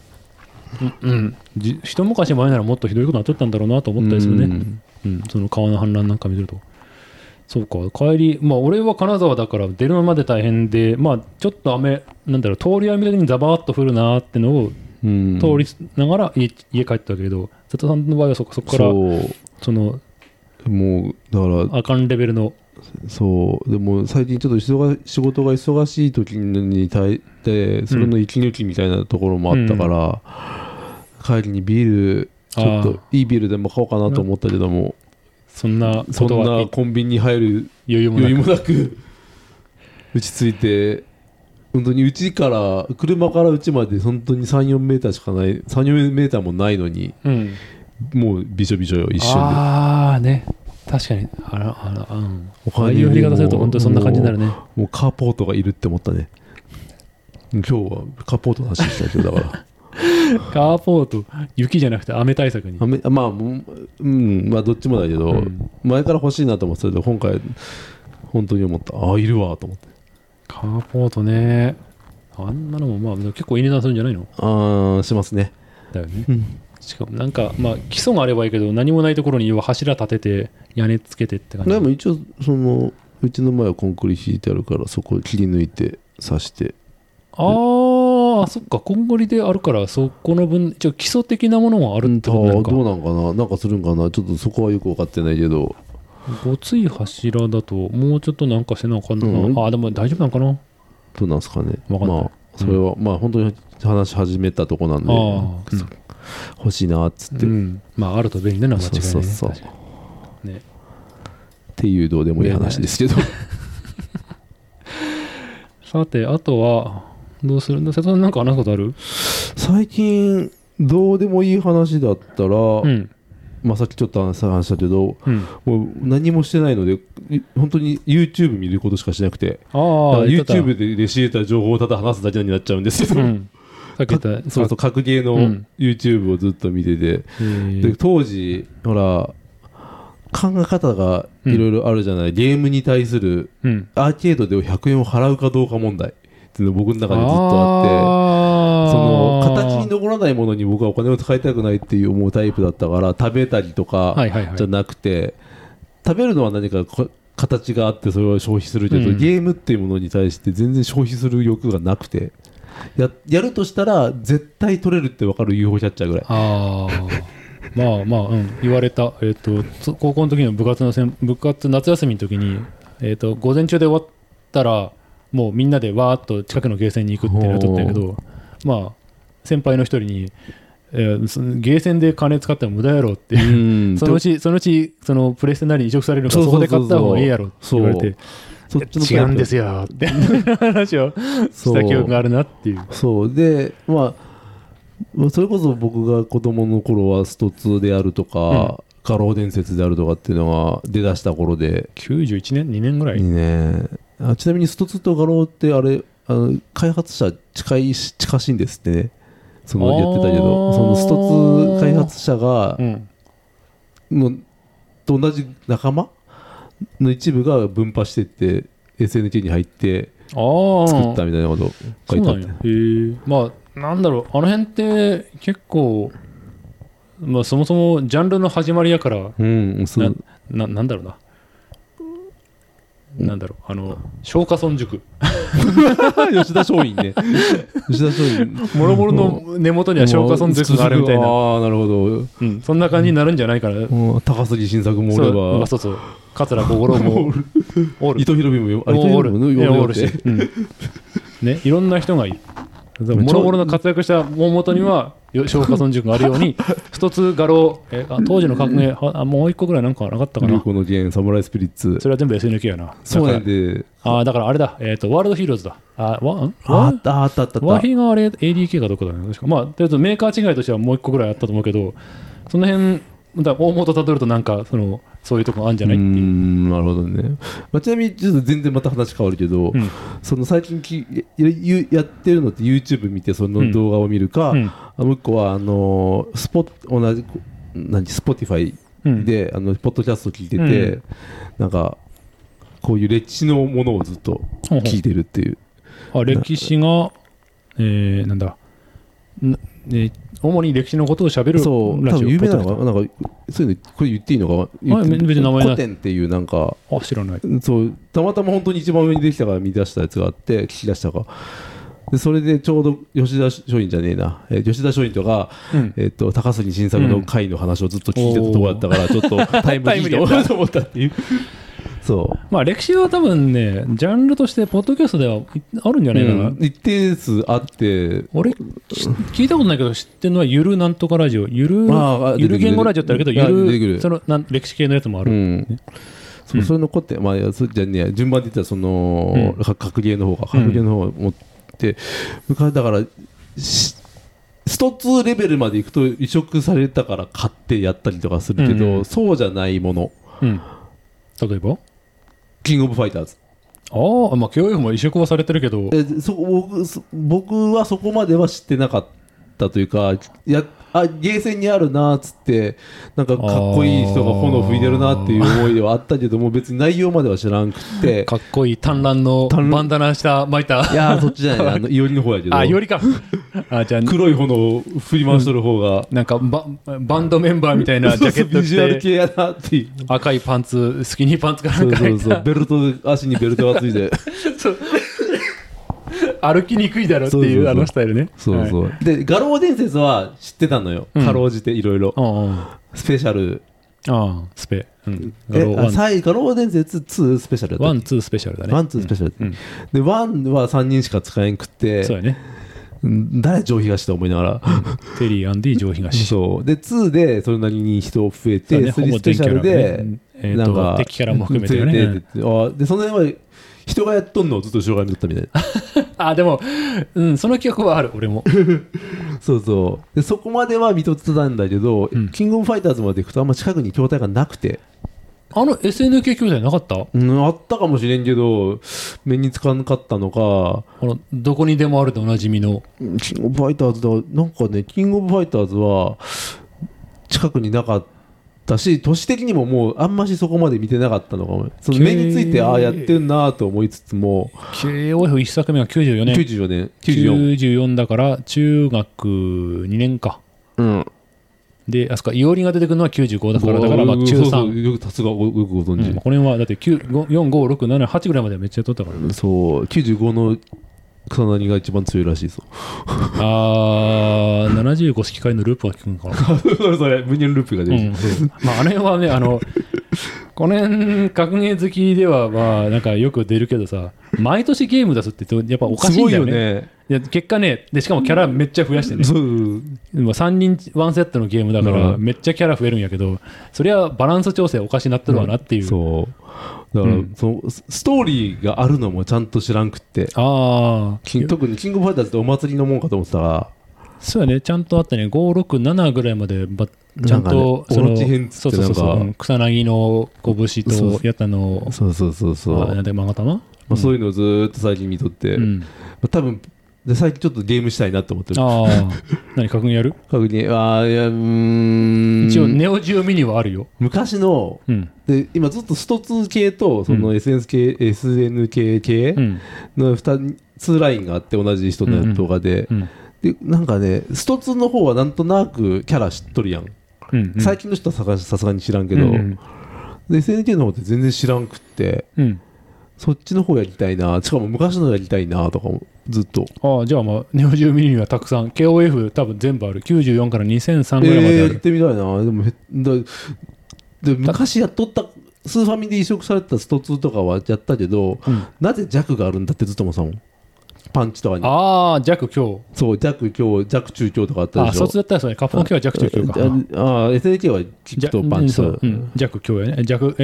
一昔前ならもっとひどいことになっとったんだろうなと思ったりするね。その川の氾濫なんか見てると。そうか、帰り、俺は金沢だから出るまで大変で、ちょっと雨、通り雨だけにザバーッと降るなーってのを通りながら家帰ったけど、瀬戸さんの場合はそこからそのもうだからあかんレベルの。 そうでも最近ちょっと仕事が忙しい時に対してそれの息抜きみたいなところもあったから、帰りにビールちょっといいビールでも買おうかなと思ったけども、 そんなコンビニに入る余裕もなく打ち着いて、本当に車から家まで本当に 3,4 メーターしかない、3,4 メーターもないのに、もうびしょびしょよ、一瞬で。 ね、確かにああいう振り方すると本当にそんな感じになるね。 もうカーポートがいるって思ったね。今日はカーポートの話したけど、だからカーポート、雪じゃなくて雨対策に。 どっちもだけど、前から欲しいなと思ってたけど、今回本当に思った。いるわと思って。 カーポートね、 あんなのもまあ結構いい値段するんじゃないの？ しますね。 だよね。しかもなんかまあ基礎があればいいけど何もないところに要は柱立てて屋根つけてって感じ。 でも一応うちの前はコンクリ敷いてあるからそこ切り抜いて刺して。 そっか、コンクリであるからそこの分一応基礎的なものはあるってことなのか。 どうなんかな、なんかするんかな、ちょっとそこはよく分かってないけど。 ごつい柱だともうちょっとなんかせなあかんのかな、でも大丈夫なんかな。 どうなんですかね。 分かんない。 まあそれは、まあ本当に話し始めたとこなんで、欲しいなっつって、 まああると便利なのは間違いないね。 そうねっていうどうでもいい話ですけど、 さてあとはどうするんだ。瀬戸さんなんか話すことある？ 最近どうでもいい話だったら、まあさっきちょっと話したけど、もう何もしてないので本当に YouTube 見ることしかしなくて、YouTube で仕入れた情報をただ話すだけになっちゃうんですけど、さっき言ったそう格ゲーの YouTube をずっと見てて、で当時ほら考え方がいろいろあるじゃない、ゲームに対するアーケードで100円を払うかどうか問題っていうのが僕の中でずっとあって、その形に残らないものに僕はお金を使いたくないっていう思うタイプだったから、食べたりとかじゃなくて、食べるのは何か形があってそれを消費するけど、ゲームっていうものに対して全然消費する欲がなくて、やるとしたら絶対取れるって分かる UFO キャッチャーぐらい。 言われた、高校の時の部活夏休みの時に、午前中で終わったらもうみんなでわーっと近くのゲーセンに行くってやっとったんやけど、まあ先輩の一人に、ゲーセンで金使っても無駄やろってそのうちそのプレステなりに移植されるからそこで買った方がいいやろって言われて、違うんですよって話をした記憶があるなっていう。 そうで、まあそれこそ僕が子供の頃はスト2であるとか、画廊伝説であるとかっていうのが出だした頃で、 91年2年ぐらいちなみにスト2と画廊ってあれ開発者近しいんですってね、言ってたけど、そのスト2開発者が、と同じ仲間の一部が分派してって SNK に入って作ったみたいなこと書いてあって、 まあなんだろう、あの辺って結構、まあ、そもそもジャンルの始まりやから、なんだろうな、なんだろう、松下村塾吉田松陰ね、吉田松陰もろもろの根元には松下村塾があるみたいな、 なるほど、 そんな感じになるんじゃないかな。 高杉晋作もおれば、 そう桂小五郎もおる、 伊藤博文もおるし、ね、いろんな人がいる。もろもろの活躍した大元には松下村塾があるように一つ画廊、当時の革命もう一個ぐらいなんかなかったかな。 このゲームサムライスピリッツ、 それは全部 SNK やな。 そうなんで、 だからあれだ、ワールドヒーローズだ。 あった。 ワヒがあれ ADK かどこだね。まあとりあえずメーカー違いとしてはもう一個ぐらいあったと思うけど、その辺大元たどるとなんかそういうとこあるんじゃないっていう。 なるほどね。ちなみにちょっと全然また話変わるけど、その最近やってるのって YouTube 見てその動画を見るか、もう一個は同じSpotify でポッドキャスト聞いてて、なんかこういう歴史のものをずっと聞いてるっていう。 歴史がなんだ。主に歴史のことをしゃべるラジオ。 多分有名なのがなんかそういうのこれ言っていいのか、古典っていうなんか知らない。 そうたまたま本当に一番上にできたから見出したやつがあって聞き出したかで、それでちょうど吉田松陰じゃねえな、吉田松陰とか、高杉晋作の回の話をずっと聞いてたところだったから、ちょっとタイムリーだと思ったっていう。 まあ歴史は多分ね、ジャンルとしてポッドキャストではあるんじゃないかな。 一定数あって、 俺聞いたことないけど知ってるのはゆるなんとかラジオ、ゆる言語ラジオってあるけど、歴史系のやつもある。 それの古典、まあじゃね、順番で言ったらその格ゲーの方を持ってだからスト2レベルまでいくと移植されたから買ってやったりとかするけど、そうじゃないもの、 例えばキングオブファイターズ。 まあ KOF も移植はされてるけど、 僕はそこまでは知ってなかったというか、 ゲーセンにあるなっつってなんかかっこいい人が炎吹いてるなっていう思いではあったけども別に内容までは知らんくってかっこいい単乱のバンダナした巻いたいやそっちじゃないいおりの方やけどいおりかじゃあ黒い炎を振り回しとる方が、 なんかバンドメンバーみたいなジャケットビジュアル着て系やなっていう赤いパンツスキニーパンツかなんかそう履いたベルト足にベルトがついてそう歩きにくいだろっていうそうそうそうあのスタイルねそうそう、で画廊伝説は知ってたのよ、かろうじていろいろスペシャルスペ画廊伝説2スペシャルだったっけ 1、2スペシャルだね。 1、2スペシャル、で1は3人しか使えんくってそうやね。 誰上東と思いながら、 テリー・アンディ上東。 そうで2でそれなりに人増えて、 ね、 3スペシャルで、 なんか敵キャラも含めてよね。 でその辺は人がやっとんのをずっと後ろ側に撮ったみたいなでも、その記憶はある俺もそうそうでそこまでは見とってたんだけど、キングオブファイターズまで行くとあんま近くに筐体がなくて SNK 筐体なかった？ あったかもしれんけど目につかなかったのかどこにでもあるでおなじみのキングオブファイターズだなんかねキングオブファイターズは近くになかったし都市的にももうあんましそこまで見てなかったのかもその目についてやってんなと思いつつも KOF1 作目は94年94だから中学2年かであそこイオリが出てくるのは95だからまあ中3 さすがよくご存知、 これはだって4、5、6、7、8ぐらいまではめっちゃ取ったからねそう95の草薙が一番強いらしいぞ 75式回のループが効くんかなそれ無限ループが出る、 まああの辺はねこの辺格ゲー好きではまあなんかよく出るけどさ毎年ゲーム出すってやっぱおかしいんだよね。すごいよね。いや結果ねでしかもキャラめっちゃ増やしてね3人ワンセットのゲームだからめっちゃキャラ増えるんやけどそれはバランス調整おかしになってるわなっていう、 そうだから、そのストーリーがあるのもちゃんと知らんくって特にキングオブファイターズってお祭りのもんかと思ってたからそうやねちゃんとあったね567ぐらいまでちゃんとそのオロチ編つってなんか草薙の拳とやったのそうなんで漫画玉そういうのをずーっと最近見とって多分で最近ちょっとゲームしたいなと思ってる何格ゲーやる格ゲー一応ネオジオミニはあるよ昔の、で今ずっとスト2系とその SNK 系の2ラインがあって同じ人の動画で、でなんかねスト2の方はなんとなくキャラ知っとるやん、最近の人はさすがに知らんけど、で SNK の方って全然知らんくって、そっちの方やりたいなしかも昔のやりたいなとかもずっとじゃあまあネオジオミニにはたくさん KOF 多分全部ある94から2003ぐらいまであるやってみたいなでもで昔やっとったスーファミで移植されたスト2とかはやったけど、なぜ弱があるんだってずっと思ってたもんパンチとかに弱強そう弱強弱中強とかあったでしょ卒だったらそうねカプコン系は弱中強か SNK はキックとパンチと弱強やね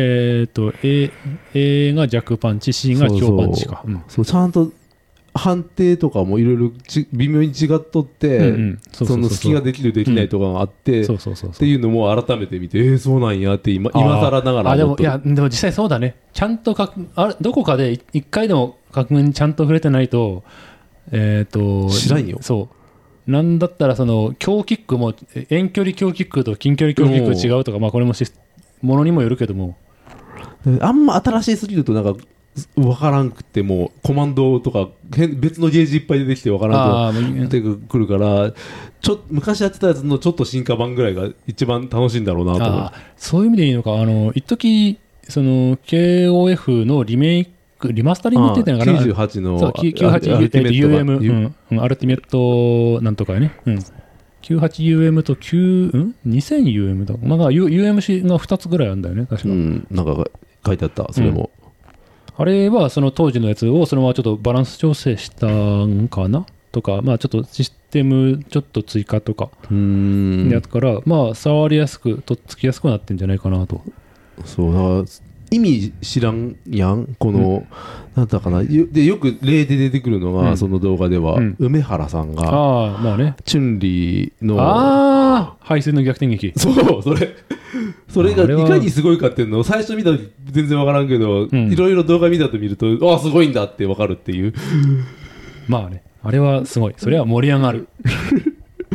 A が弱パンチ C が強パンチかそうちゃんと判定とかもいろいろ微妙に違っとってその隙ができるできないとかがあってっていうのも改めて見てそうなんやって今更ながら思っとるでも実際そうだねちゃんとどこかで一回でも格言にちゃんと触れてないと知らんよそうなんだったらその強キックも遠距離強キックと近距離強キック違うとかまあこれもものにもよるけどもあんま新しすぎるとなんか分からんくてもコマンドとか別のゲージいっぱい出てきて分からんと出てくるから昔やってたやつのちょっと進化版ぐらいが一番楽しいんだろうなと思うそういう意味でいいのか一時その KOF のリマスタリングって言ってたのかな 98の 98 アルティメット UM アルティメットなんとかね98UM と 2000UM だまだ UMC が2つぐらいあるんだよね確かなんか書いてあったそれもあれはその当時のやつをそのままちょっとバランス調整したんかなとかまあちょっとシステムちょっと追加とかやつからまあ触りやすくとっつきやすくなってんじゃないかなとそうだから意味知らんやんこの、なんだかなでよく例で出てくるのが、その動画では、梅原さんがまあねチュンリーの排水の逆転劇そうそれがいかにすごいかっていうのを最初見た時全然わからんけど、いろいろ動画見たと見るとすごいんだってわかるっていうまあねあれはすごいそれは盛り上がる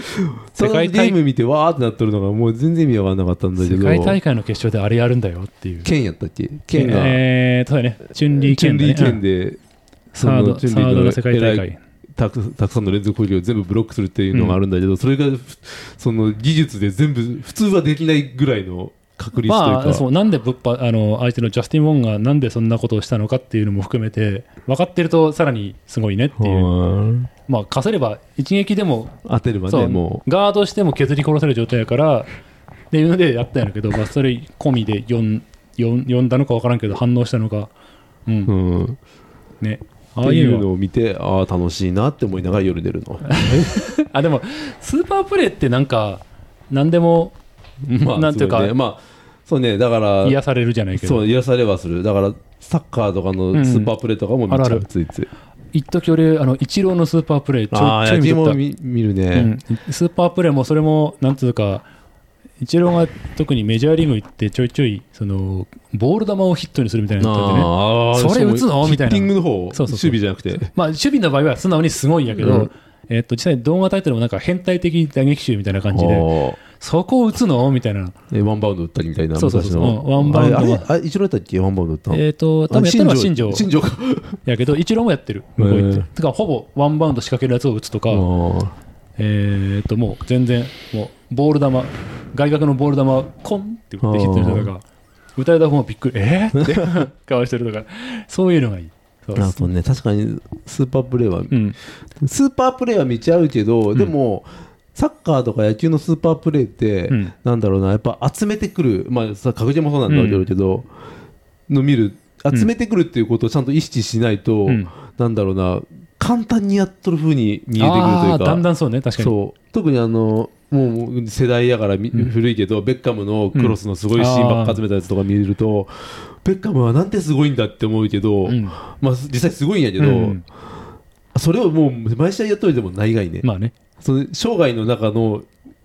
そのゲーム見てわーってなってるのがもう全然意味わかんなかったんだけど、 世界大会の決勝であれやるんだよっていう。 剣やったっけ？剣がそうだね、チュンリー剣だね。 剣で、 サードの世界大会。 たくさんの連続攻撃を全部ブロックするっていうのがあるんだけど、それがその技術で全部普通はできないぐらいの確率というか、 そうなんで相手のジャスティン・ウォンがなんでそんなことをしたのかっていうのも含めて分かってるとさらにすごいねっていう。かせれば一撃でも当てればね、もうガードしても削り殺せる状態やからっていうのでやったんやけど、それ込みで読んだのか分からんけど反応したのか、ね。 っていうのを見て、楽しいなって思いながら夜出るの。 でもスーパープレーってなんか何でもなんていうか、 そうね、だから癒されるじゃないけど、 そう癒されはする。だからサッカーとかのスーパープレーとかも見ちゃう、ついつい。 一時俺イチローのスーパープレーちょい見とった。 見るね、 スーパープレーもそれもなんていうか、イチローが特にメジャーリーグ行ってちょいちょいそのボール球をヒットにするみたいなのってね、それ打つのみたいな。 ヒッティングの方、守備じゃなくて、 守備の場合は素直にすごいんやけど、実際動画タイトルもなんか変態的打撃集みたいな感じで、そこを打つのみたいな。ワンバウンド打ったりみたいな。 そうワンバウンドは一郎だったっけ？ワンバウンド打ったの？ 多分やったのは新庄かやけど、イチローもやってる。向こう行って。だからほぼワンバウンド仕掛けるやつを打つとか、もう全然もうボール球、外角のボール球コンって打ってヒットにしたとか、打たれた方もびっくりって顔してるとか、そういうのがいい。 なるほどね。確かにスーパープレーは、スーパープレーは見ちゃうけど、でもサッカーとか野球のスーパープレーって、なんだろうな、やっぱ集めてくる、格ゲーもそうなんだろうけど、の見る、集めてくるっていうことをちゃんと意識しないと、なんだろうな、簡単にやっとる風に見えてくるというか、 だんだんそうね、確かに。 そう特にもう世代やから古いけど、ベッカムのクロスのすごいシーンばっか集めたやつとか見ると、ベッカムはなんてすごいんだって思うけど、実際すごいんやけど、それをもう毎試合やっといてもないがいね。その生涯の中の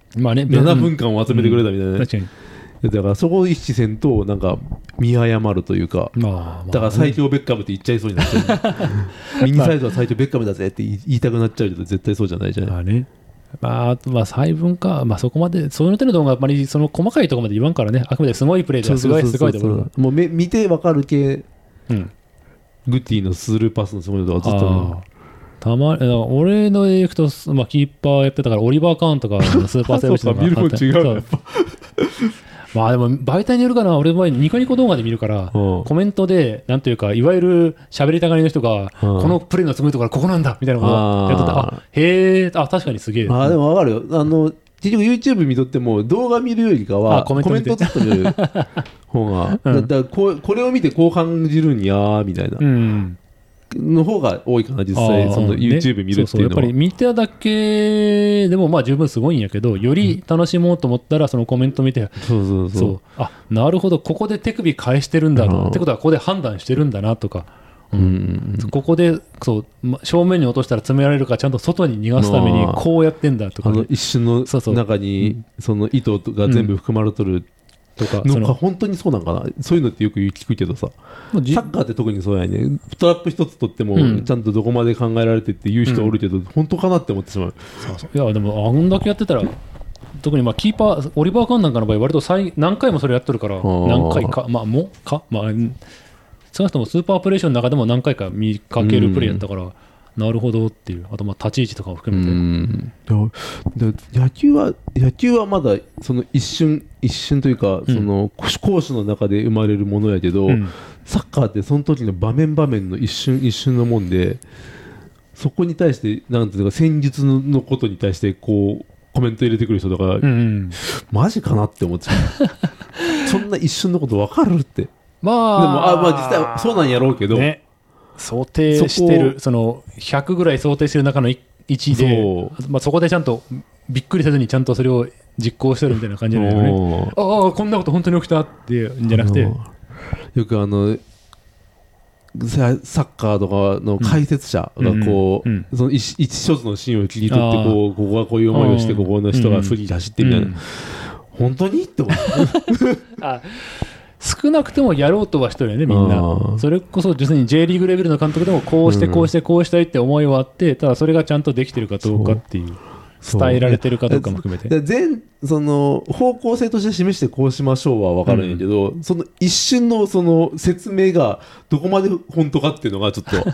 7分間を集めてくれたみたいな、確かに。だからそこを一致せんとなんか見誤るというか、だから最強ベッカムって言っちゃいそうになっちゃう。右サイドは最強ベッカムだぜって言いたくなっちゃうけど、絶対そうじゃないじゃない。 細分か、そこまでそういう手の動画はあまりその細かいところまで言わんからね。あくまですごいプレーではすごいところ。 もう見てわかる系、グッティのスルーパスのすごいのとかずっと俺のエクトキーパーやってたから、オリバー・カーンとかスーパーセーブしてた見るもん違う。 でも媒体によるかな。俺もニコニコ動画で見るから、コメントでなんというか、いわゆる喋りたがりの人が、このプレーのすごいところはここなんだみたいなことをやっとった。へえ、確かにすげえ。 でもわかるよ。結局 YouTube 見とっても動画見るよりかはコメントずっと見る方が、だこれを見てこう感じるんやみたいな。の方が多いかな、実際その YouTube 見るっていうのは。やっぱり見ただけでも十分すごいんやけど、より楽しもうと思ったらそのコメント見て、なるほど、ここで手首返してるんだと、ってことはここで判断してるんだなとか、ここで正面に落としたら詰められるからちゃんと外に逃がすためにこうやってんだとか、 一瞬の中にその糸が全部含まれとるとか、本当にそうなんかな。そういうのってよく聞くけどさ、サッカーって特にそうやね。トラップ一つ取ってもちゃんとどこまで考えられてって言う人おるけど、本当かなって思ってしまう。 いやでもあんだけやってたら、特にキーパーオリバー・カンなんかの場合割と何回もそれやっとるから、何回か少なくともスーパープレーションの中でも何回か見かけるプレーやったから、なるほどっていう。あと立ち位置とかも含めて、 野球はまだその一瞬というか、その攻守の中で生まれるものやけど、サッカーってその時の場面の一瞬一瞬のもんで、そこに対してなんていうか戦術のことに対してこうコメント入れてくる人とか、マジかなって思っちゃう。そんな一瞬のこと分かるって。でも実際そうなんやろうけど、 想定してる、その100ぐらい想定してる中の1で、そこでちゃんとびっくりせずにちゃんとそれを実行してるみたいな感じじゃないよね。こんなこと本当に起きたってじゃなくて、 よくサッカーとかの解説者がこう、その一つのシーンを切り取ってここがこういう思いをしてここの人がフリー走ってみたいな、本当にって思って少なくてもやろうとはしてるよね、みんな。それこそ実に J リーグレベルの監督でもこうしてこうしてこうしたいって思いはあって、ただそれがちゃんとできてるかどうかっていう。 伝えられてるかどうかも含めて。 その方向性として示してこうしましょうは分かるんやけど、その一瞬のその説明がどこまで本当かっていうのがちょっと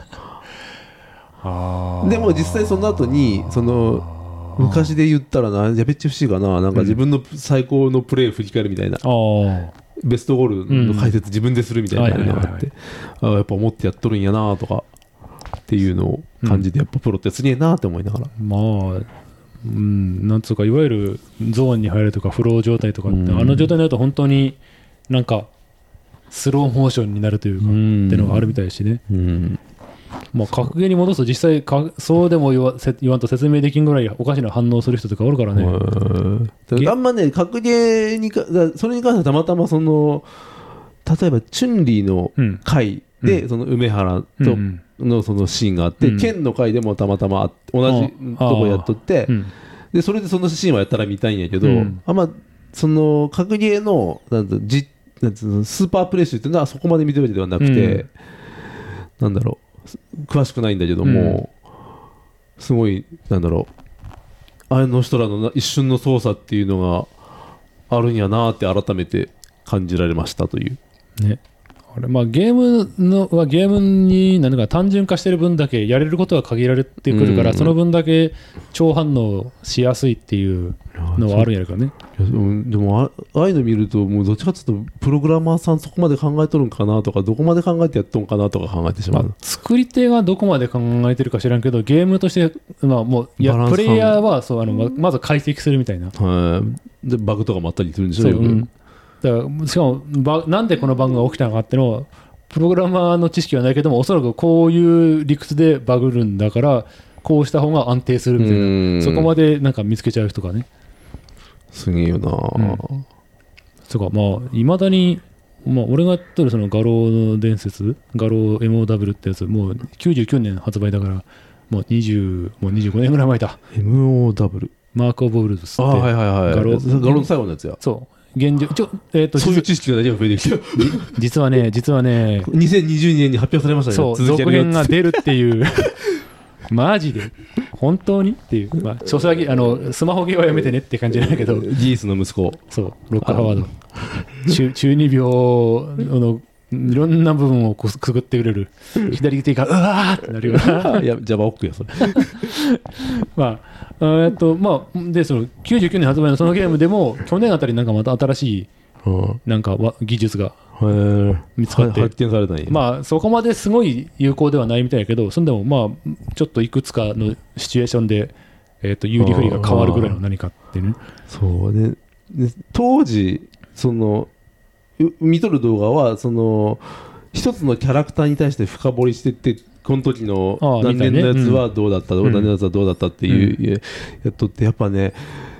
でも実際その後にその昔で言ったらな、やべっち FC かな、なんか自分の最高のプレーを振り返るみたいな、ベストゴールの解説自分でするみたいなのがあって、やっぱ思ってやっとるんやなとかっていうのを感じて、やっぱプロってすげえなって思いながら、 なんつうかいわゆるゾーンに入るとかフロー状態とかって、あの状態になると本当になんかスローモーションになるというかっていうのがあるみたいですしね。格ゲーに戻すと実際そうでも言わんと説明できんぐらいおかしな反応する人とかおるからね。 あんまね、格ゲーにそれに関してはたまたまその例えばチュンリーの回で、その梅原とのそのシーンがあって、剣の回でもたまたま同じとこやっとって、でそれでそのシーンはやったら見たいんやけど、あんまその格ゲーのなんスーパープレイ集っていうのはそこまで見てるわけではなくて、なんだろう、詳しくないんだけども、すごいなんだろう、あの人らの一瞬の操作っていうのがあるんやなって改めて感じられましたというね。 ゲームに何か単純化してる分だけやれることは限られてくるから、その分だけ超反応しやすいっていうのはあるんやるからね。 でもああいうの見ると、もうどっちかというとプログラマーさんそこまで考えとるんかなとか、どこまで考えてやっとんかなとか考えてしまう、 作り手がどこまで考えてるか知らんけど、ゲームとして、もうプレイヤーはまず解析するみたいな、 でバグとかもあったりするんでしょう。 だからしかもなんでこのバグが起きたのかっていうのはプログラマーの知識はないけども、おそらくこういう理屈でバグるんだからこうした方が安定するみたいな、そこまでなんか見つけちゃう人がね、 すげえよな。 そうか、いまだに、俺がやってるその画廊の伝説、画廊 MOW ってやつ、もう99年発売だからもう25年ぐらい前だ。 MOW マーク・オブ・ウルブスって、 画廊の最後のやつや。 そう現状そういう知識が大丈夫増えてきた。 実はね 2022年に発表されましたね。 そう、続編が出るっていうマジで本当にっていう、少々だけスマホゲーはやめてねって感じなんだけど、 ギースの息子、 そうロックハワード中二病のいろんな部分をくぐってくれる、左手がうわーってなるような、 いやジャバオックやそれでその99年発売のそのゲームでも去年あたりなんかまた新しいなんか技術が見つかって発見されたんや。 そこまですごい有効ではないみたいだけど、そんでもちょっといくつかのシチュエーションで有利不利が変わるぐらいの何かってね。 そうね。当時その見とる動画はその一つのキャラクターに対して深掘りしてってこの時の何年のやつはどうだった、何年のやつはどうだったっていう、やっとってやっぱね、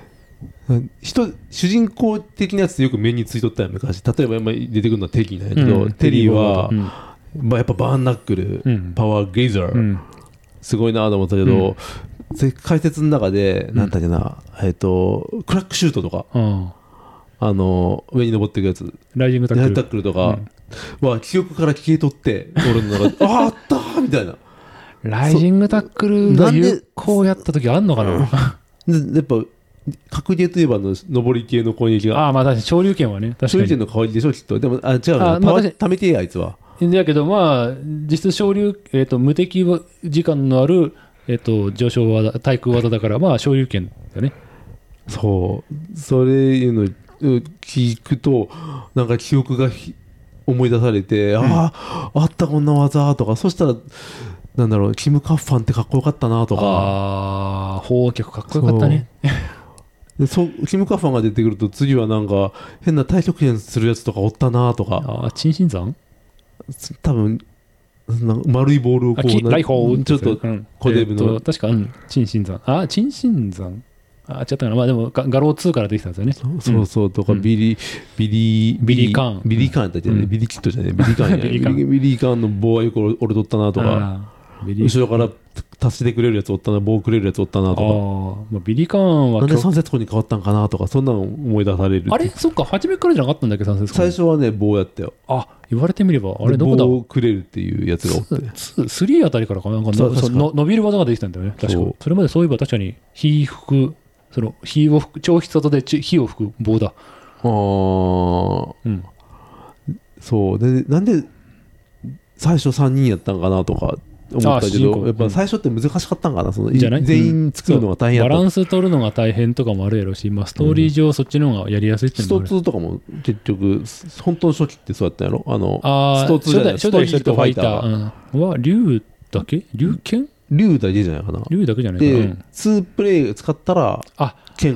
主人公的なやつってよく目についとったよ昔。例えば今出てくるのはテリーなんやけど、テリーは、やっぱバーンナックル、パワーゲイザー、すごいなと思ったけど、解説の中でなんだっけな、クラックシュートとか、上に登っていくやつ、 ライジングタックルとかは記憶から消えとって、俺の中であったーみたいな。 ライジングタックルが有効やった時あんのかな。 やっぱ格ゲーといえばの上り系の攻撃が、 確かに昇竜拳はね、確かに昇竜拳の代わりでしょきっと。でも違うな、パワー貯めてあいつは。 だけど実質昇竜、無敵時間のある、上昇技、対空技だから昇竜拳だね。 そうそれいうの聞くとなんか記憶が思い出されて、あったこんな技とか、そしたらなんだろう、キム・カッファンってかっこよかったなとか、 砲脚かっこよかったね。 でキム・カッファンが出てくると次はなんか変な太極拳するやつとかおったなとか、 陳新山多分丸いボールをこうライホーちょっと小デブの、 確か陳新山陳新山違ったかな。でも画廊2からできたんですよね。 そうとか、ビリーカーンやったっけね、ビリキットじゃねえ、ビリーカーンやビリーカーンの棒はよく俺取ったなとか、後ろから足してくれるやつおったな、棒くれるやつおったなとか、ビリーカーンはなんで三節棍に変わったんかなとか、そんなの思い出される。 あれそっか、初めからじゃなかったんだっけ、三節棍。 最初はね棒やったよ。 言われてみれば、あれでどこだ棒をくれるっていうやつがおって。 3あたりからかな、なんかそう確か伸びる技ができたんだよね、確か。 そうそれまでそういえば確かに火吹く、火を吹く、超必殺で火を吹く棒だ。うん。 そうで、なんで最初3人やったんかなとか思ったけど、やっぱ最初って難しかったんかな、 じゃない全員作るのが大変やった。 バランス取るのが大変とかもあるやろし、まあ、ストーリー上そっちの方がやりやすいっていうのもある。 スト2とかも結局、本当の初期ってそうやったんやろ、 スト2じゃない、初代ストリートファイターは竜だけ竜剣竜だけじゃないかな。 竜だけじゃないかな。 で、2プレイ使ったら、剣が出てくるっていう。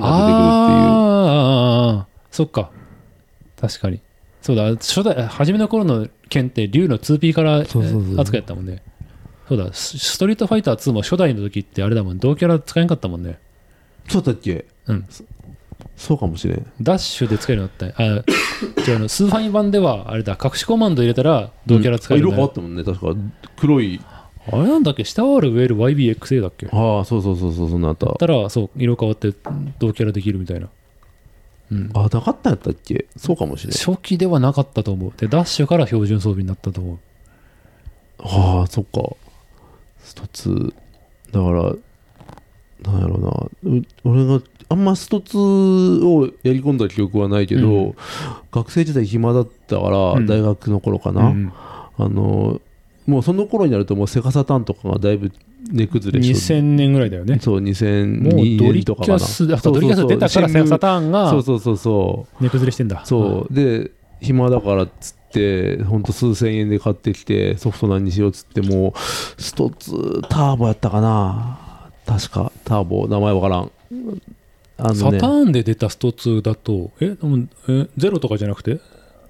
そっか。確かに。そうだ、初めの頃の剣って竜の 2P から扱いやったもんね。そうだ、ストリートファイター2も初代の時ってあれだもん、同キャラ使えんかったもんね。 そうだっけ？ うん。 そうかもしれん。 ダッシュで使えるようになった。違うの、スーファイ版ではあれだ、隠しコマンド入れたら同キャラ使える、 色変わったもんね、確か。黒い。 あれなんだっけ、下はある上る YBXA だっけ。 ああ、そうそんなあった。 だったら、そう、色変わって同キャラできるみたいな。 うん、なかったんやったっけ。そうかもしれない。 初期ではなかったと思う。で、ダッシュから標準装備になったと思う。 ああ、そっか。スト2。だから、なんやろうな。俺があんまスト2をやり込んだ記憶はないけど、学生時代暇だったから、大学の頃かな。もうその頃になるともうセガサターンとかがだいぶ値崩れして 2000年ぐらいだよね。 そう2002年とかかな。 ドリキャス出たからセガサターンがそう値崩れしてんだ。 そうで暇だからっつってほんと数千円で買ってきてソフト何にしようっつってもうスト2ターボやったかな、確かターボ名前わからん。 サターンで出たスト2だとゼロとかじゃなくて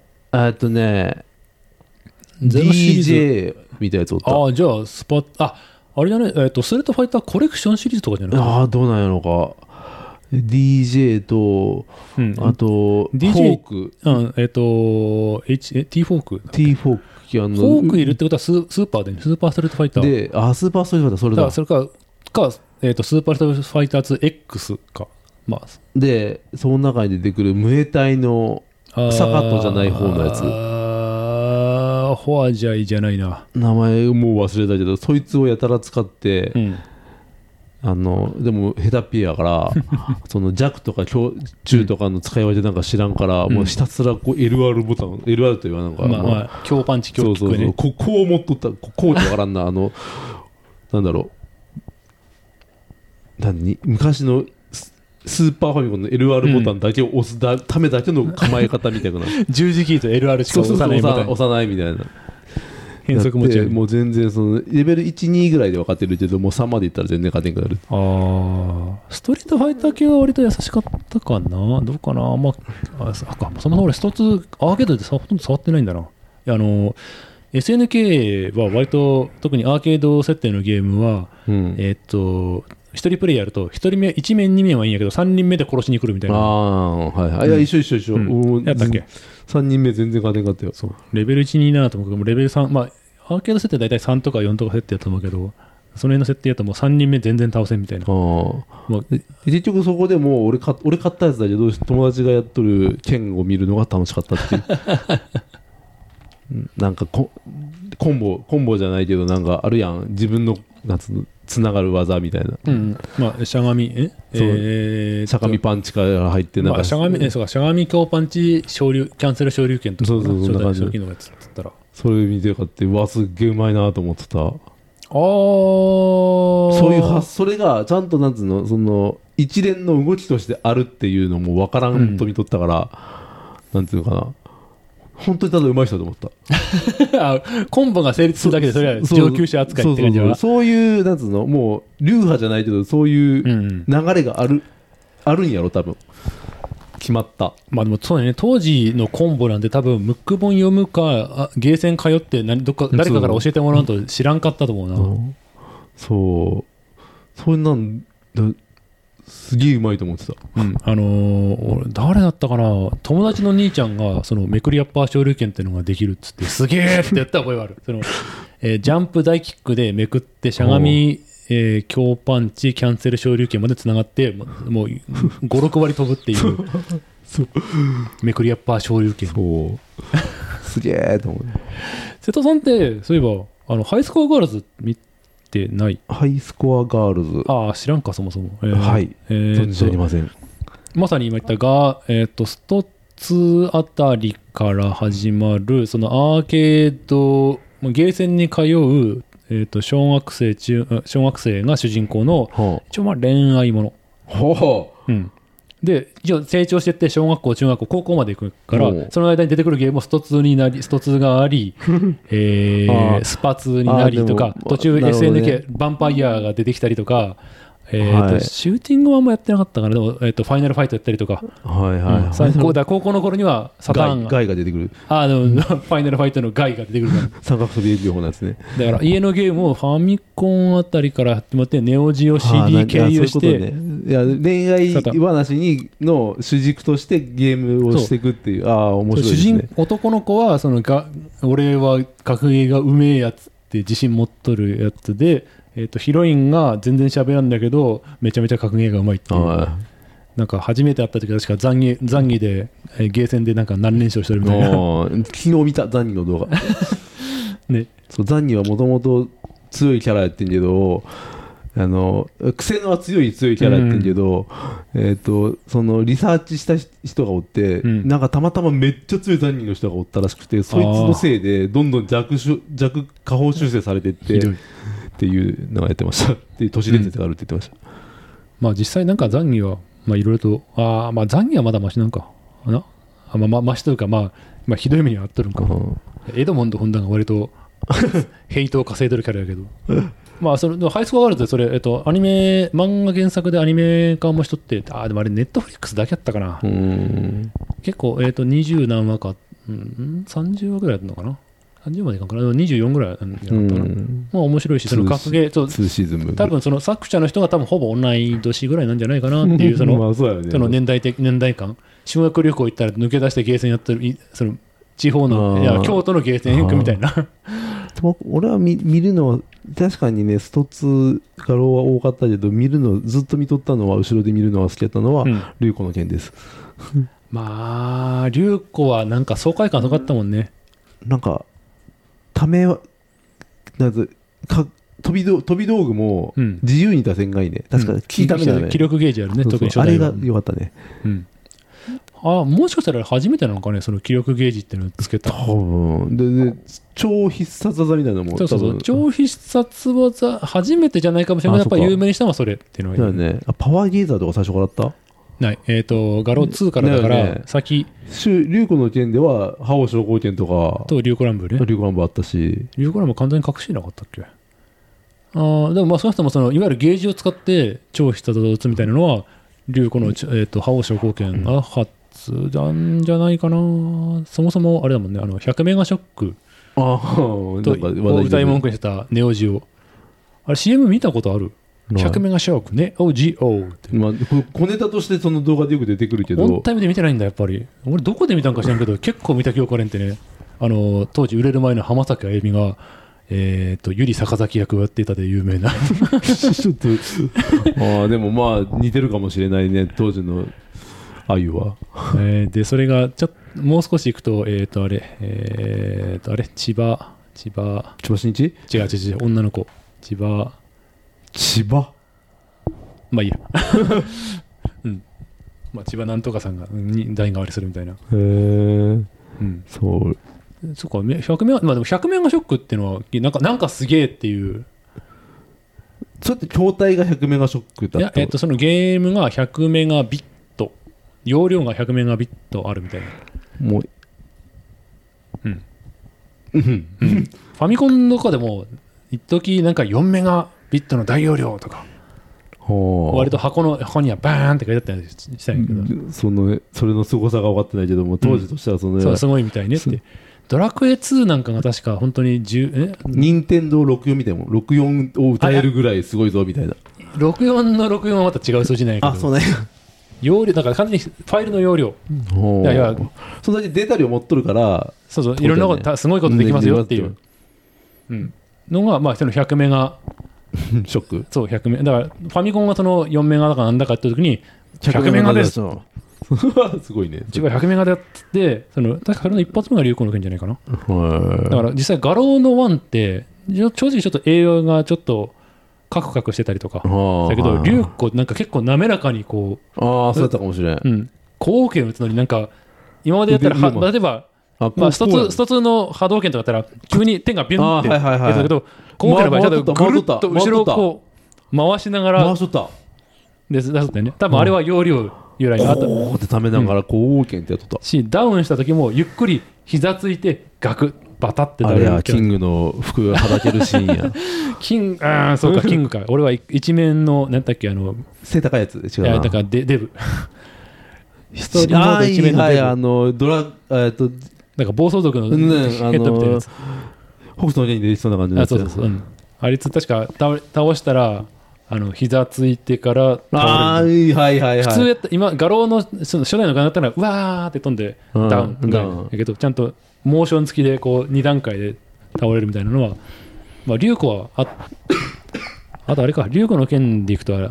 DJ みたいなやつおった。 じゃああれだね、ストリートファイターコレクションシリーズとかじゃない？ どうなんやろうか。DJ と、あと、 DJ、 フォーク。 T フォーク。 T フォーク。 フォークいるってことはスーパーで、ね、スーパーストリートファイター。 で、スーパーストリートファイター、それだ。 それか、スーパーストリートファイター 2X か。まあ。 で、その中に出てくるムエタイのサカットじゃない方のやつ。 フォアジャイじゃないな。 名前もう忘れたけど、そいつをやたら使って、でもヘタピーやからその弱とか強中とかの使い分けなんか知らんから、もうひたすらこう LR ボタン LR というかなんか強パンチ強キックね。 こう持っとったこうってわからんななんだろう昔のスーパーファミコンの LR ボタンだけを押すためだけの構え方みたいな十字キーと LR しか押さないみたいな押さないみたいな変則持ちもう全然そのレベル 1,2 ぐらいで分かってるけどもう3までいったら全然勝てんくなる。 ストリートファイター系は割と優しかったかな。どうかな。そもそも俺一つアーケードでほとんど触ってないんだな。SNK は割と特にアーケード設定のゲームは、一人プレイやると1面2面はいいんやけど3人目で殺しに来るみたいな。 いや一緒、 やったっけ。 3人目全然勝てんかったよ。 そうレベル127と思うけどレベル3、まあアーケード設定大体3とか4とか設定やと思うけど、その辺の設定やともう3人目全然倒せんみたいな。 結局そこでもう俺買ったやつだけど友達がやっとる剣を見るのが楽しかったっていうなんかコンボじゃないけどなんかあるやん、自分のつながる技みたいな、 しゃがみしゃがみパンチから入ってなんか、 しゃがみ強パンチキャンセル昇竜拳とかそんな感じのやつつったらそれ見てよかってすっげえうまいなと思ってた。そういうそれがちゃんとなんつうのその一連の動きとしてあるっていうのも分からんと見とったから、なんていうのかな、本当にただうまい人だと思ったコンボが成立するだけでそれは上級者扱いって感じはそういうなんつうのもう流派じゃないけどそういう流れがあるんやろ多分決まった。 まあでもそうだね、当時のコンボなんて多分ムック本読むかゲーセン通って誰かから教えてもらうと知らんかったと思うな。 そんなんすげえうまいと思ってた。 誰だったかな、友達の兄ちゃんがそのめくりアッパー昇竜拳っていうのができるっつってすげえってやった覚えがある。ジャンプ大キックでめくってしゃがみ強パンチキャンセル昇竜拳までつながってもう 5,6 割飛ぶっていうめくりアッパー昇竜拳。 すげえと思う。 瀬戸さんってそういえばハイスコアガールズ見てない？ ハイスコアガールズ、 ああ知らんかそもそも、 はい、存じ上げません。 まさに今言ったが、スト2あたりから始まるそのアーケードゲーセンに通う、小学生が主人公の、一応まあ恋愛もの。 ほう、 で一応成長していって小学校中学校高校まで行くからその間に出てくるゲームもスト2があり、スパ2になりとか途中 SNK ヴァンパイアが出てきたりとか、シューティングはあんまやってなかったからでも、ファイナルファイトやったりとか、高校の頃にはサターンガイが出てくる。 でもファイナルファイトのガイが出てくるから三角飛び両方なんですね。 だから家のゲームをファミコンあたりから始まってネオジオ CD 経由して、 いや恋愛話の主軸としてゲームをしていくっていう、面白いですね。 男の子は俺は格ゲーがうめえやつって自信持っとるやつで、ヒロインが全然喋らんだけどめちゃめちゃ格ゲーがうまいっていう。なんか初めて会った時は確か残儀でゲーセンでなんか何連勝してるみたいな。 昨日見た残儀の動画ね、 そう残儀はもともと強いキャラやってんけど、癖のは強いキャラやってんけど、そのリサーチした人がおって、なんかたまたまめっちゃ強い残儀の人がおったらしくて、そいつのせいでどんどん弱下方修正されていってっていうのをやってましたっていう都市伝説があるって言ってました。 まあ実際なんか残儀はいろいろとまあ残儀はまだマシなんかマシというか、まあひどい目にはあっとるんか。エドモンド・ホンダが割とヘイトを稼いでるキャラやけどまあそのハイスコアワールドでそれ、アニメ漫画原作でアニメ化もしとって、でもあれネットフリックスだけやったかな。結構20何話か、30話ぐらいやったのかな。30までいかんかな、24ぐらいやったかな。まあ面白いし、その格ゲー、2シーズン分。多分その作者の人が多分ほぼ同い年ぐらいなんじゃないかなっていう、その年代感。修学旅行行ったら抜け出してゲーセンやってる、その地方の、京都のゲーセン行くみたいな。 でも俺は見るのは、確かにね、スト2画廊は多かったけど、ずっと見とったのは、後ろで見るのは好きだったのは、龍子の剣です。 まあ、龍子はなんか爽快感すごかったもんね。 なんか、ためは、飛び道具も自由に出せんがいいね。確かに聞いたみたいな、 気力ゲージあるね、特に初代は。あれが良かったね。 もしかしたら初めてなのかね、その気力ゲージっていうのをつけた。 で超必殺技みたいなのも。 そう超必殺技初めてじゃないかもしれないけど、やっぱ有名にしたのはそれっていうのは。 ね、パワーゲーザーとか最初からあった？ ない。画廊2からだから、先。 龍子の剣では、覇王昇降剣とか。 と、龍子乱舞ね。 龍子乱舞あったし。 龍子乱舞完全に隠しなかったっけ？でもまあ、その人もいわゆるゲージを使って超必殺技を打つみたいなのは、龍子の、覇王昇降剣が初なんじゃないかな。そもそもあれだもんね、100メガショックと歌い文句にしてたネオジオ。あれ CM 見たことある？100メガショックね、OGO って。 まあ、小ネタとしてその動画でよく出てくるけど。 オンタイムで見てないんだ、やっぱり。俺どこで見たんか知らんけど、結構見た記憶あれんってね。当時売れる前の浜崎あゆみが、ゆり坂崎役をやっていたで有名な。 ちょっと、でもまあ似てるかもしれないね、当時のあゆは。 で、それがもう少しいくと、あれ、千葉真一？ 違う、女の子。千葉まあいいや。まあ千葉なんとかさんが代替わりするみたいな。 そう。 そっか、100メガ、まあでも100メガショックっていうのは、なんかすげえっていう。 それって筐体が100メガショックだった？ いや、そのゲームが100メガビット。容量が100メガビットあるみたいな。もう。ファミコンとかでも、一時なんか4メガビットの大容量とか。割と箱にはバーンって書いてあったりしたんやけど、 それの凄さが分かってないけども、当時としてはそうすごいみたいねって。ドラクエ2なんかが確か本当に任天堂64みたいなもん、64を歌えるぐらいすごいぞみたいな。 64の64はまた違う数字なんやけど、 そうね。 容量だから完全にファイルの容量。 いやそんだけデータ量持っとるから、 そういろんなことすごいことできますよっていうのが、まあその100メガショック。 そう100メガだからファミコンがその4メガだかなんだかっていう時に100メガですすごいね。 うちが100メガでやって確かそれの一発目が竜子の剣じゃないかな。 はい。 だから実際画廊の1って正直ちょっと栄養がちょっとカクカクしてたりとかだけど、竜子なんか結構滑らかにこう、 ああ、そうだったかもしれん。 うん、光剣打つのになんか今までやったら例えばまあ、ストツの波動拳とかだったら急に手がビュンってやったけど、光剣の場合ちょっとぐるっと後ろをこう回しながら回しとった出すんだよね。多分あれは容量由来のあったこうってためながら光剣ってやっとったし、ダウンした時もゆっくり膝ついてガクッバタってあれやキングの服がはだけるシーンやそうかキングか俺は一面の何だっけ背高いやつ違うな。 だからデブストーリーモード一面のデブ、なんか暴走族のヘッドみたいなやつ、 北斗の拳に出てきそうな感じのやつ。 そう、あいつ確か倒したら膝ついてから倒れる。普通やった今画廊のその初代の画だったらうわーって飛んでダウンだけど、ちゃんとモーション付きでこう2段階で倒れるみたいなのは、まあ竜子はあとあれか、竜子の剣でいくと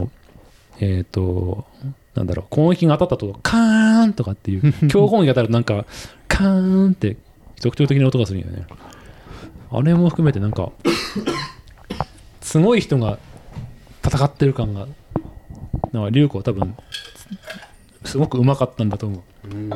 なんだろう、攻撃が当たったとカーンとかっていう強攻撃が当たるとなんかカーンって特徴的な音がするんよね。あれも含めてなんかすごい人が戦ってる感が、なんか竜子は多分すごくうまかったんだと思う。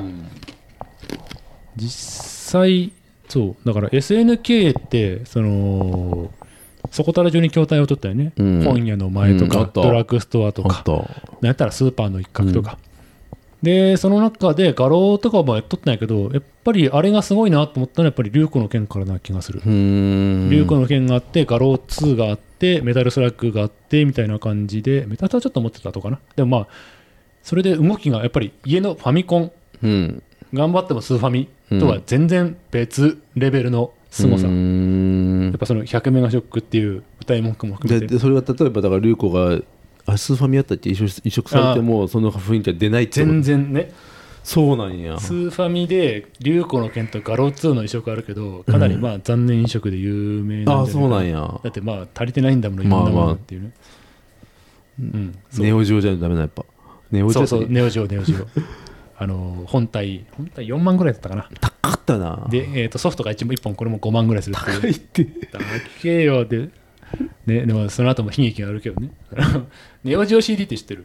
実際そうだから SNK ってそこたら中に筐体を取ったよね、本屋の前とか、ドラッグストアとかなんやったらスーパーの一角とか、でその中で画廊とかもやっとったんやけど、やっぱりあれがすごいなと思ったのはやっぱり竜子の剣からな気がする。竜子の剣があって画廊2があってメタルスラッグがあってみたいな感じで、メタルはちょっと持ってたとかな。でもまあそれで動きがやっぱり家のファミコン、頑張ってもスーファミとは全然別レベルの凄さ、やっぱその100メガショックっていう歌い文句も含めて、 でそれは例えばだから竜子がスーファミやったっけ移植されてもその雰囲気は出ないってこと。 全然ね。 そうなんや。 スーファミで竜子の剣と画廊2の移植あるけど、かなりまあ残念移植で有名なんじゃないかな。 そうなんや。 だってまあ足りてないんだもん、いろんなものっていうね。 ネオジオじゃダメなやっぱ。ネオジオそうネオジオ本体4万ぐらいだったかな。 高かったな。 で、ソフトが1本これも5万ぐらいするっていう。高いよで、ね、でもその後も悲劇があるけどね。ネオジオ CD って知ってる？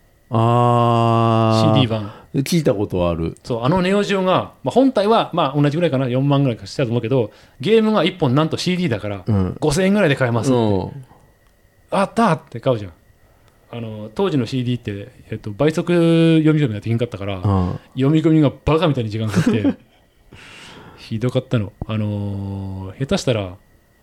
CD 版聞いたことはある。 そうネオジオが、まあ、本体はまあ同じぐらいかな、4万ぐらいかしたと思うけど、ゲームが1本なんと CD だから、5000円ぐらいで買えますって、あったって買うじゃん。当時の CD って、倍速読み込みができんかったから、読み込みがバカみたいに時間かかってひどかったの。下手したら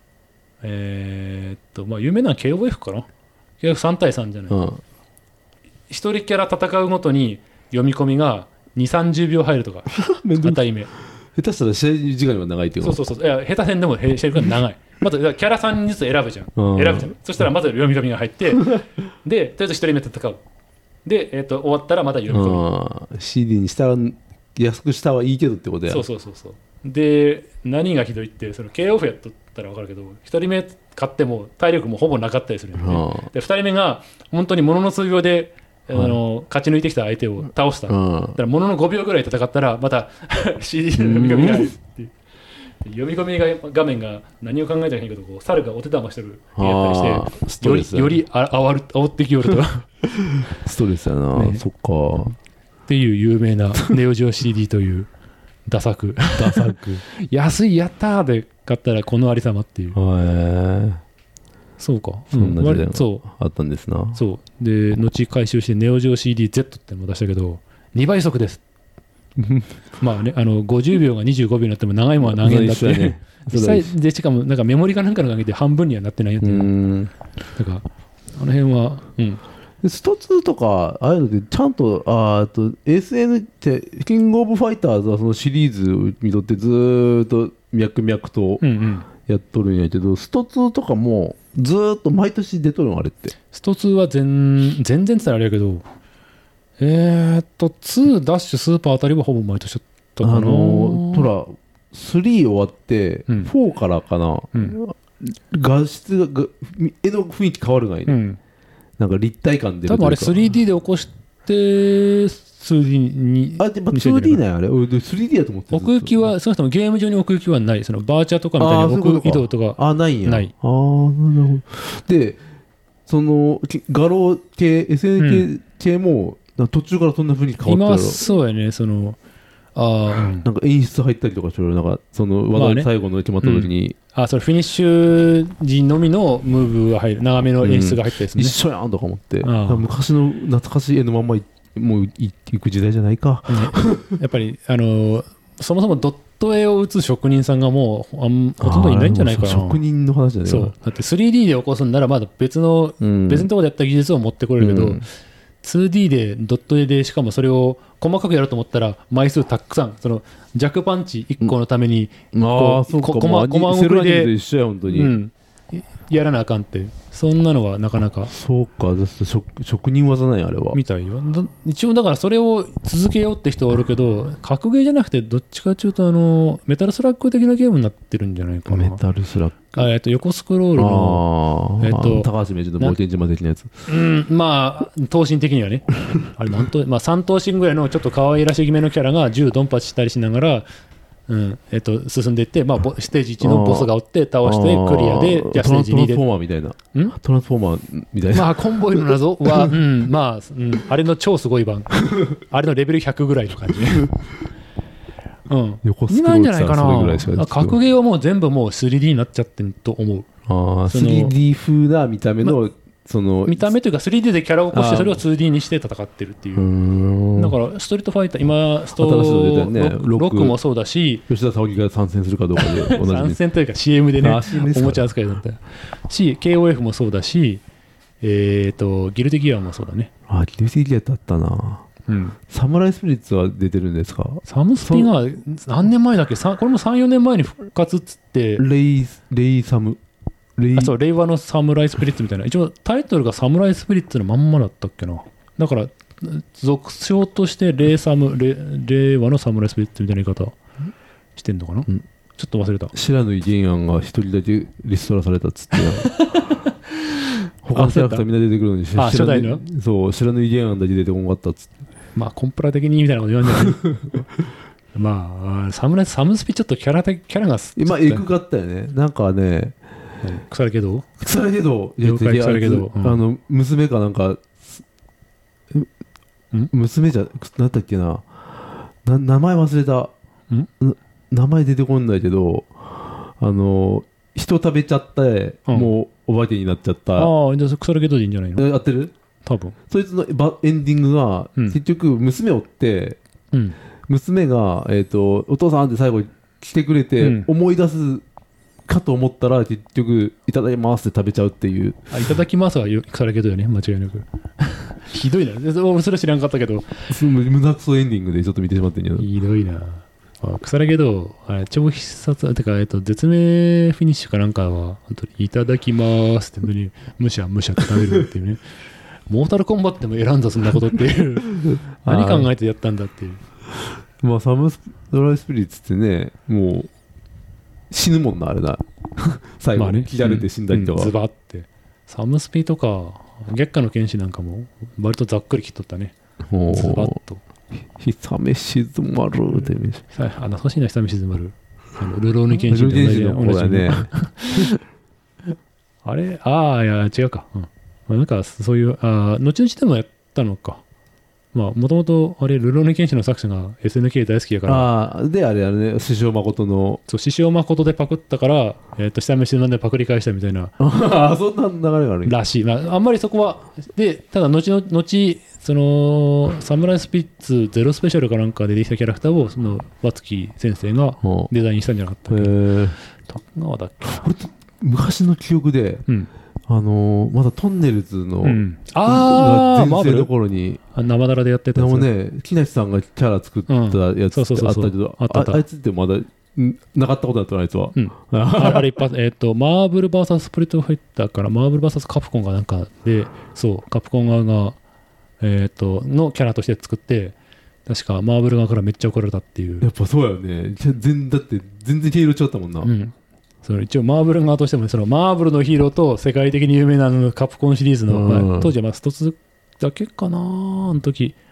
まあ有名なのは KOF かな。 KOF3 対3じゃない、一人キャラ戦うごとに読み込みが 2,30 秒入るとか当たり目。 下手したら試合時間は長いっていうか。 そういや下手戦でも試合時間長い。まずキャラ3人ずつ選ぶじゃん、そしたらまず読み込みが入ってでとりあえず1人目戦うで、終わったらまた読み込み、 CD にしたら安くしたはいいけどってことや。 そうで何がひどいって、その KOF やっとったら分かるけど、1人目買っても体力もほぼなかったりするよね、で2人目が本当にものの数秒で勝ち抜いてきた相手を倒した、だからものの5秒ぐらい戦ったらまたCD の読み込みが入るっていう、読み込み画面が何を考えてないけど、こう猿がお手玉してるやったりしてより煽ってきよるとストレスやな、そっかっていう有名なネオジオ CD というダサく安いやったーで買ったらこのありさまっていう。そうか、 そんな時代があったんですな。 そうで後回収してネオジオ CDZ ってのも出したけど2倍速ですまあね、50秒が25秒になっても長いものは長いんだって、ね、実際でしかもなんかメモリかなんかの関係で半分にはなってないやっていうだからあの辺は、 スト2とかああいうのでちゃんとSN ってキングオブファイターズはそのシリーズを見とってずーっと脈々とやっとるんやけど、スト2とかもずーっと毎年出とるのあれって。 スト2は全然って言ったらあれやけど2ダッシュスーパーあたりはほぼ毎年だったかな。 ほら3終わって、4からかな、画質が絵の雰囲気変わるがいいね、なんか立体感出るというか。 多分あれ 3D で起こして 2D に。 あ、でも 2D なんやあれ。俺 3D やと思ってた。 奥行きは、そもそもゲーム上に奥行きはない。そのバーチャとかみたいに奥移動とか。 ないんや。 ない。 なるほど。で、その画廊系、SN 系も、途中からそんな風に変わってるやろ。 今、そうやね、その、 なんか演出入ったりとかしろよ。なんか、その、話題最後の決まった時に。 それフィニッシュ時のみのムーブが入る、長めの演出が入ったやつね。 一緒やんとか思って。昔の懐かしい絵のまんまもう行く時代じゃないか。 やっぱり、そもそもドット絵を打つ職人さんがもうほとんどいないんじゃないかな。 職人の話じゃないかな。 そう。だって 3D で起こすんならまだ別のところでやった技術を持ってこれるけど、2D でドット絵でしかもそれを細かくやろうと思ったら枚数たくさん、その弱パンチ1個のためにコマ送りで一緒や本当に、 やらなあかんって、そんなのはなかなか。 そうか、職人技なんやあれは。 みたいよ。一応だからそれを続けようって人はおるけど、格ゲーじゃなくてどっちかというとメタルスラッグ的なゲームになってるんじゃないかな。 メタルスラッグ。 横スクロールの高橋名人の冒険島的なやつ。 まあ等身的にはね。あれ何頭、3頭身ぐらいのちょっと可愛らしい気味のキャラが銃ドンパチしたりしながら。進んでいって、ステージ1のボスがおって倒してクリアで、じゃあステージ2で。 トランスフォーマーみたいな。トランスフォーマーみたいな。 コンボイの謎は、あれの超すごい版。あれのレベル100ぐらいの感じ。 横スクロなんじゃないかールさそれぐらいしかな。格ゲーはもう全部もう 3D になっちゃってると思う。 3D 風な見た目の、 見た目というか 3D でキャラを起こしてそれを 2D にして戦ってるっていう。だからストリートファイター、今スト6もそうだし、 吉田沙保里が参戦するかどうかで同じ参戦というか CM でね、おもちゃ扱いだったし、KOF もそうだし、ギルデギアもそうだね。 ギルデギアだったな。サムライスピリッツは出てるんですか。 サムスピが何年前だっけ。これも 3,4 年前に復活っつって、 レイサムそう、令和のサムライスピリッツみたいな。一応タイトルがサムライスピリッツのまんまだったっけな。だから俗称として令和のサムライスピリッツみたいな言い方してんのかな、ちょっと忘れた。 白縫原案が一人だけリストラされたっつって他のキャラクターみんな出てくるのに初代のそう白縫原案だけ出てこなかったっつって、 コンプラ的にみたいなこと言わんじゃないサムスピちょっとキャラが今エグかったよね。なんかね、 腐るけど妖怪腐るけど、娘かなんか娘じゃなんだっけな、名前忘れた。名前出てこんないけど、人食べちゃって、もうお化けになっちゃった。 じゃあ腐るけどでいいんじゃないの。 やってる多分。 そいつのエンディングが、結局娘を追って、娘が、お父さんって最後来てくれて、思い出すかと思ったら結局いただきますって食べちゃうっていう。 いただきますは腐るけどよね、間違いなく。ひどいな。それ知らんかったけど、 胸クソエンディングでちょっと見てしまってんけど、 ひどいな。腐るけど、超必殺てか、絶命フィニッシュかなんかは本当にいただきますってにむしゃむしゃって食べるっていうね。モータルコンバットでも選んだそんなことっていう何考えてやったんだっていう。 サムライスピリッツってね、もう死ぬもんな、あれだ最後切られて死んだりとか、 ズバって。サムスピとか月下の剣士なんかも割とざっくり切っとったね。ズバッと久め静まるって懐かしいな、久め静まる。ルローニケンシンと同じね。あれいや違うか。なんかそういう後々でもやったのか。もともとあれルローニケンシンの作者が SNK 大好きやから。 であれね、獅子王誠の。 そう、獅子王誠でパクったから、久め静まんでパクり返したみたいな。 そんな流れがあるらしい。あんまりそこはで、ただ後そのサムライスピッツゼロスペシャルかなんかでできたキャラクターをその和月先生がデザインしたんじゃなかったっけ。徳川だっけ。 昔の記憶で、まだトンネルズの全盛どころに生だらでやってたやつね、木梨さんがキャラ作ったやつってあったけど、あいつってまだなかったことだったの、あいつは。 あれ一発、マーブル VS スプリットファイターからマーブル VS カプコンがなんかで、そうカプコン側がのキャラとして作って、確かマーブル側からめっちゃ怒られたっていう。 やっぱそうやよね。だって全然毛色違ったもんな。 その一応マーブル側としても、そのマーブルのヒーローと世界的に有名なカプコンシリーズの、当時はスト2だけかな、あの時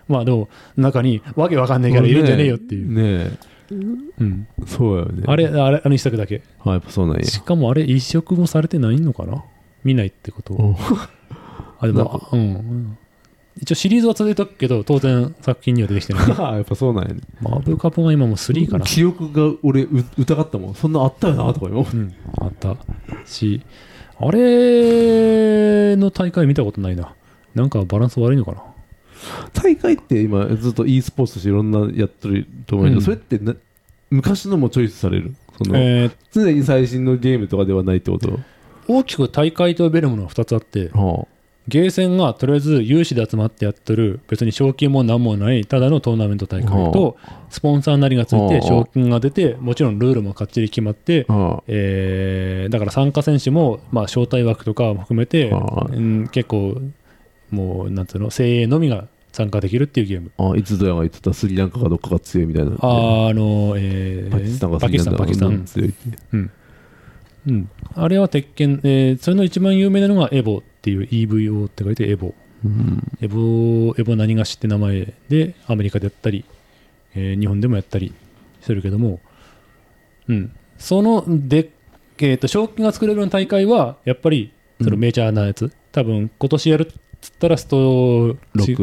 まあでも中にわけわかんないからいるんじゃねえよっていう。 ねえ、 うん、 そうやよね。 あれ一作だけ。 やっぱそうなんや。 しかもあれ移植もされてないのかな、見ないってこと。あ、でも、一応シリーズは続いたけど、当然作品には出てきてない。 やっぱそうなんやね。 マブカップが今もう3かな。 記憶が俺疑ったもん。そんなあったよなとか今。 あったし、あれの大会見たことないな。なんかバランス悪いのかな。 大会って今ずっと e スポーツとしていろんなやってると思うけど、それって昔のもチョイスされる、その、常に最新のゲームとかではないってこと。 大きく大会と呼べるものが2つあって、ゲーセンがとりあえず有志で集まってやってる別に賞金も何もないただのトーナメント大会と、スポンサーなりがついて賞金が出て、もちろんルールもかっちり決まって、だから参加選手もまあ招待枠とかも含めて、結構もうなんつうの、精鋭のみが参加できるっていうゲーム。 いつぞやが言ってたスリランカがどっかが強いみたいな。パキスタン強いって。あれは鉄拳、それの一番有名なのがエボっていう EVO って書いてエボ。エボ何がしって名前でアメリカでやったり、日本でもやったりしてるけども、その賞金が作れるような大会はやっぱりそのメジャーなやつ、多分今年やるっつったらスト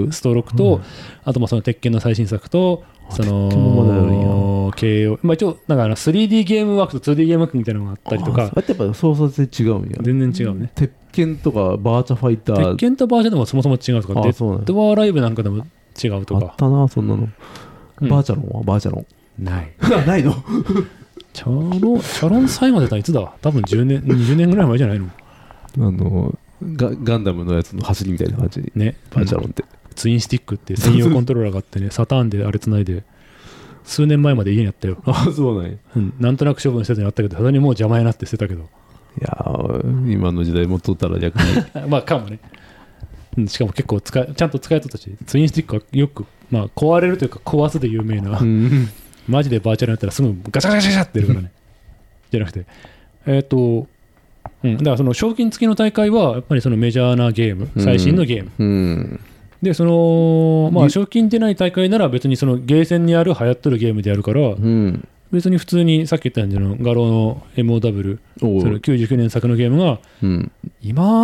6と、あとまあその鉄拳の最新作と、そのまあ一応なんか3D ゲーム枠と 2D ゲーム枠みたいなのがあったりとか。 それってやっぱ操作性違うんや。 全然違うね。 鉄拳とかバーチャファイター、 鉄拳とバーチャでもそもそも違うとか、デッドアライブなんかでも違うとか。 あったなそんなの。バーチャロンはバーチャロンないないの。 チャロン最後出たいつだ、多分10年20年ぐらい前じゃないの。 ガンダムのやつの走りみたいな感じね、バーチャロンって。 ツインスティックって専用コントローラーがあってね、サターンであれつないで数年前まで家にあったよ。 そうなんや。 なんとなく処分してたにあったけど、さすがにもう邪魔になって捨てたけど。 いや今の時代もっとったら逆にまあかもね。しかも結構ちゃんと使えとったし、ツインスティックはよく、まあ、壊れるというか壊すで有名な、マジでバーチャルになったらすぐガチャガチャガチャってやるからね。じゃなくてだからその賞金付きの大会はやっぱりそのメジャーなゲーム、最新のゲーム、でそのまあ賞金出ない大会なら別にそのゲーセンにある流行ってるゲームでやるから、別に普通にさっき言ったんじゃの画廊の MOW、 その99年作のゲームが、今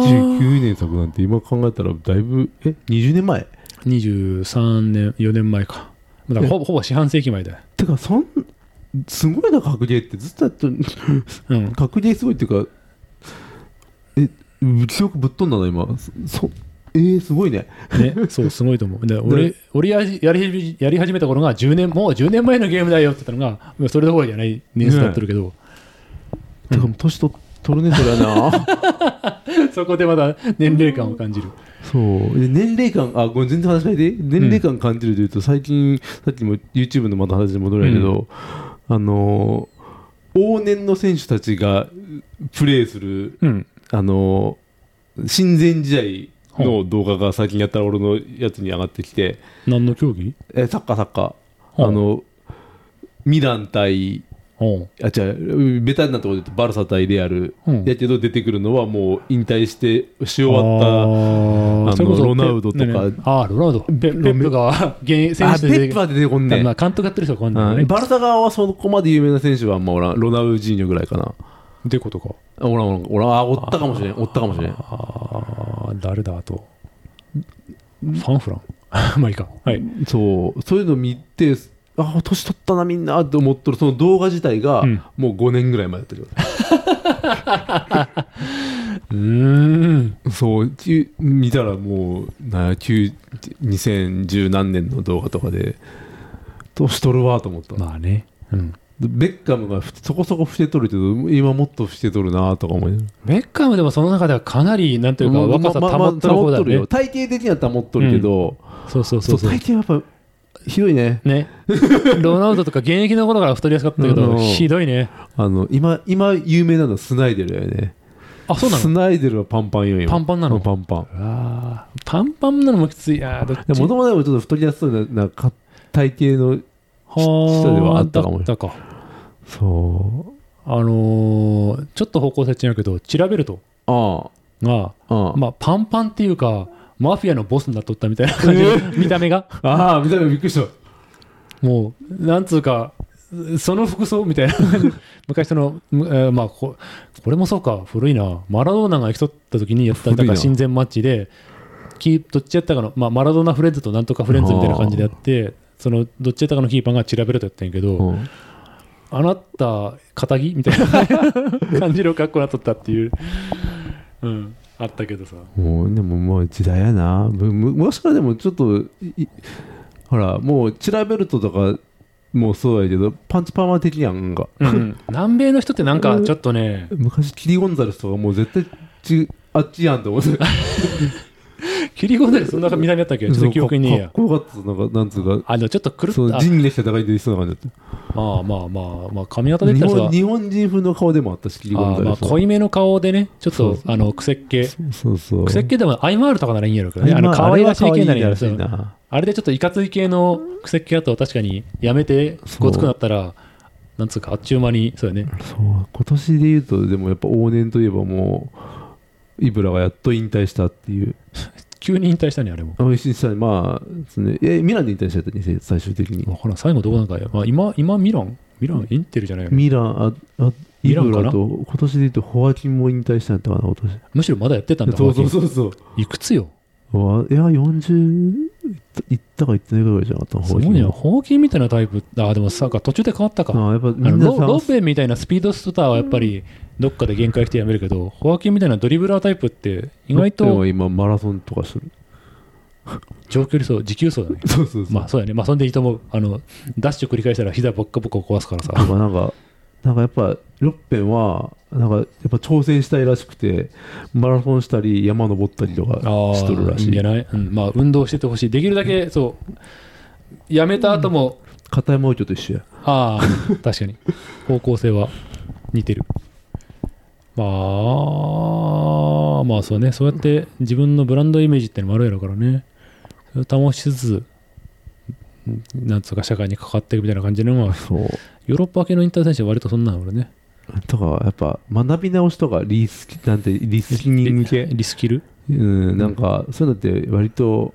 99年作なんて今考えたらだいぶ20年前 23年4年前か、だからほぼ四半世紀前だよ。 てかすごいな、格ゲーってずっとやってる、格ゲーすごいっていうか、記憶ぶっ飛んだな今。すごいね。 そうすごいと思う。で俺やり始めた頃がもう10年前のゲームだよって言ったのがそれどころじゃない年数経ってるけど、 てか年取るねそれはな。そこでまだ年齢感を感じる。 そうで年齢感、ごめん全然話変えて、年齢感感じるというと、最近さっきも YouTube のまた話に戻るんやけど、往年の選手たちがプレーする、親善試合の動画が最近やったら俺のやつに上がってきて。 何の競技？ サッカー。ミラン対ベタなところで言うとバルサ対レアルやけど、出てくるのはもう引退し終わったロナウドとか。 ロナウド、ペップが選手でペップは出てこんね。 監督やってる人はこんね。 バルサ側はそこまで有名な選手はロナウジーニョぐらいかな。 ってことか。 おったかもしれん。 誰だあとファンフランまあいいか。 そういうの見て、年取ったなみんなって思っとるその動画自体がもう5年ぐらい前だったけど、そう見たらもう2010何年の動画とかで年取るわと思った。 まあね、 ベッカムがそこそこ老けとるけど今もっと老けとるなとか思いながら。 ベッカムでもその中ではかなりなんていうか若さ保っとる方だよね。 体型的には保っとるけど、 そう体型はやっぱひどいね。 ロナウドとか現役の頃から太りやすかったけど、ひどいね。 今有名なのはスナイデルだよね。 そうなの？ スナイデルはパンパンよ。 パンパンなの？ パンパン。 パンパンなのもきつい。もともともちょっと太りやすそうな体型の人ではあったかも。そう。 ちょっと方向性違うけど、チラベルトが、まあパンパンっていうか、 マフィアのボスになっとったみたいな感じの見た目がああ見た目びっくりした。 もうなんつうかその服装みたいな昔その、まあこれもそうか古いな。マラドーナが生きとった時にやっただから親善マッチでどっちやったかの、まあ、マラドーナフレンズとなんとかフレンズみたいな感じでやってそのどっちやったかのキーパーがチラベルトやったんやけど、あなた肩着みたいな感じの格好になっとったっていう、あったけどさ。 もうでももう時代やな。もしかでもちょっとほらもうチラベルトとかもうそうやけどパンチパーマ的やんか、 南米の人ってなんかちょっとね、 昔キリゴンザレスとかもう絶対あっちやんって思ってキリゴンザレスそんな見た目やったっけ？ちょっと記憶にねえや。 かっこよかった。なんかなんつうかちょっと狂ったそう仁義でした戦いでそうな感じだった。 まあ髪型で言ったらさ日本人風の顔でもあったしキリゴンザレスは濃いめの顔でねちょっと癖っ気癖っ気でもアイマールとかならいいんやろうけどね可愛らしい系ならいいんやろな。あれでちょっといかつい系の癖っ気だと確かにやめてごつくなったらなんつうかあっちゅう間にそうやね。 そう今年で言うとでもやっぱ往年といえばもうイブラがやっと引退したっていう急に引退したねあれも。 まあですね、ミランで引退しちゃったね最終的に。 ほら最後どこなんかや、今ミランインテルじゃないの。 ミランイブラと今年で言うとホアキンも引退したんやったかな今年。 むしろまだやってたんだ。 そういくつよ。 いや40いったかいってないぐらいじゃなかった。 すごいね。ホーキンみたいなタイプ。でもさ途中で変わったか。 やっぱロペみたいなスピードスターはやっぱりどっかで限界してやめるけど、ホーキンみたいなドリブラータイプって意外と。 ロペは今マラソンとかする。 長距離走持久走だね。 そうまあそうやね。まあそんでいいと思う。ダッシュ繰り返したら膝ボッカボカ壊すからさ。 なんかやっぱロッペンはなんかやっぱ挑戦したいらしくてマラソンしたり山登ったりとかしとるらしい。 いいんじゃない？まあ運動しててほしい。できるだけやめた後も片山右京と一緒や。 確かに方向性は似てる。まあそうね。そうやって自分のブランドイメージってのもあるやろからね。それを保ちつつなんつうか社会に関わっていくみたいな感じのはそうヨーロッパ系のインター選手は割とそんなの俺ね。 とかやっぱ学び直しとかリスキング系リスキルなんかそういうのって割と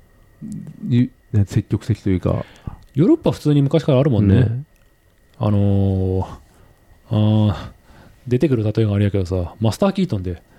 積極的というかヨーロッパ普通に昔からあるもんね。出てくる例えがあれやけどさマスター・キートンで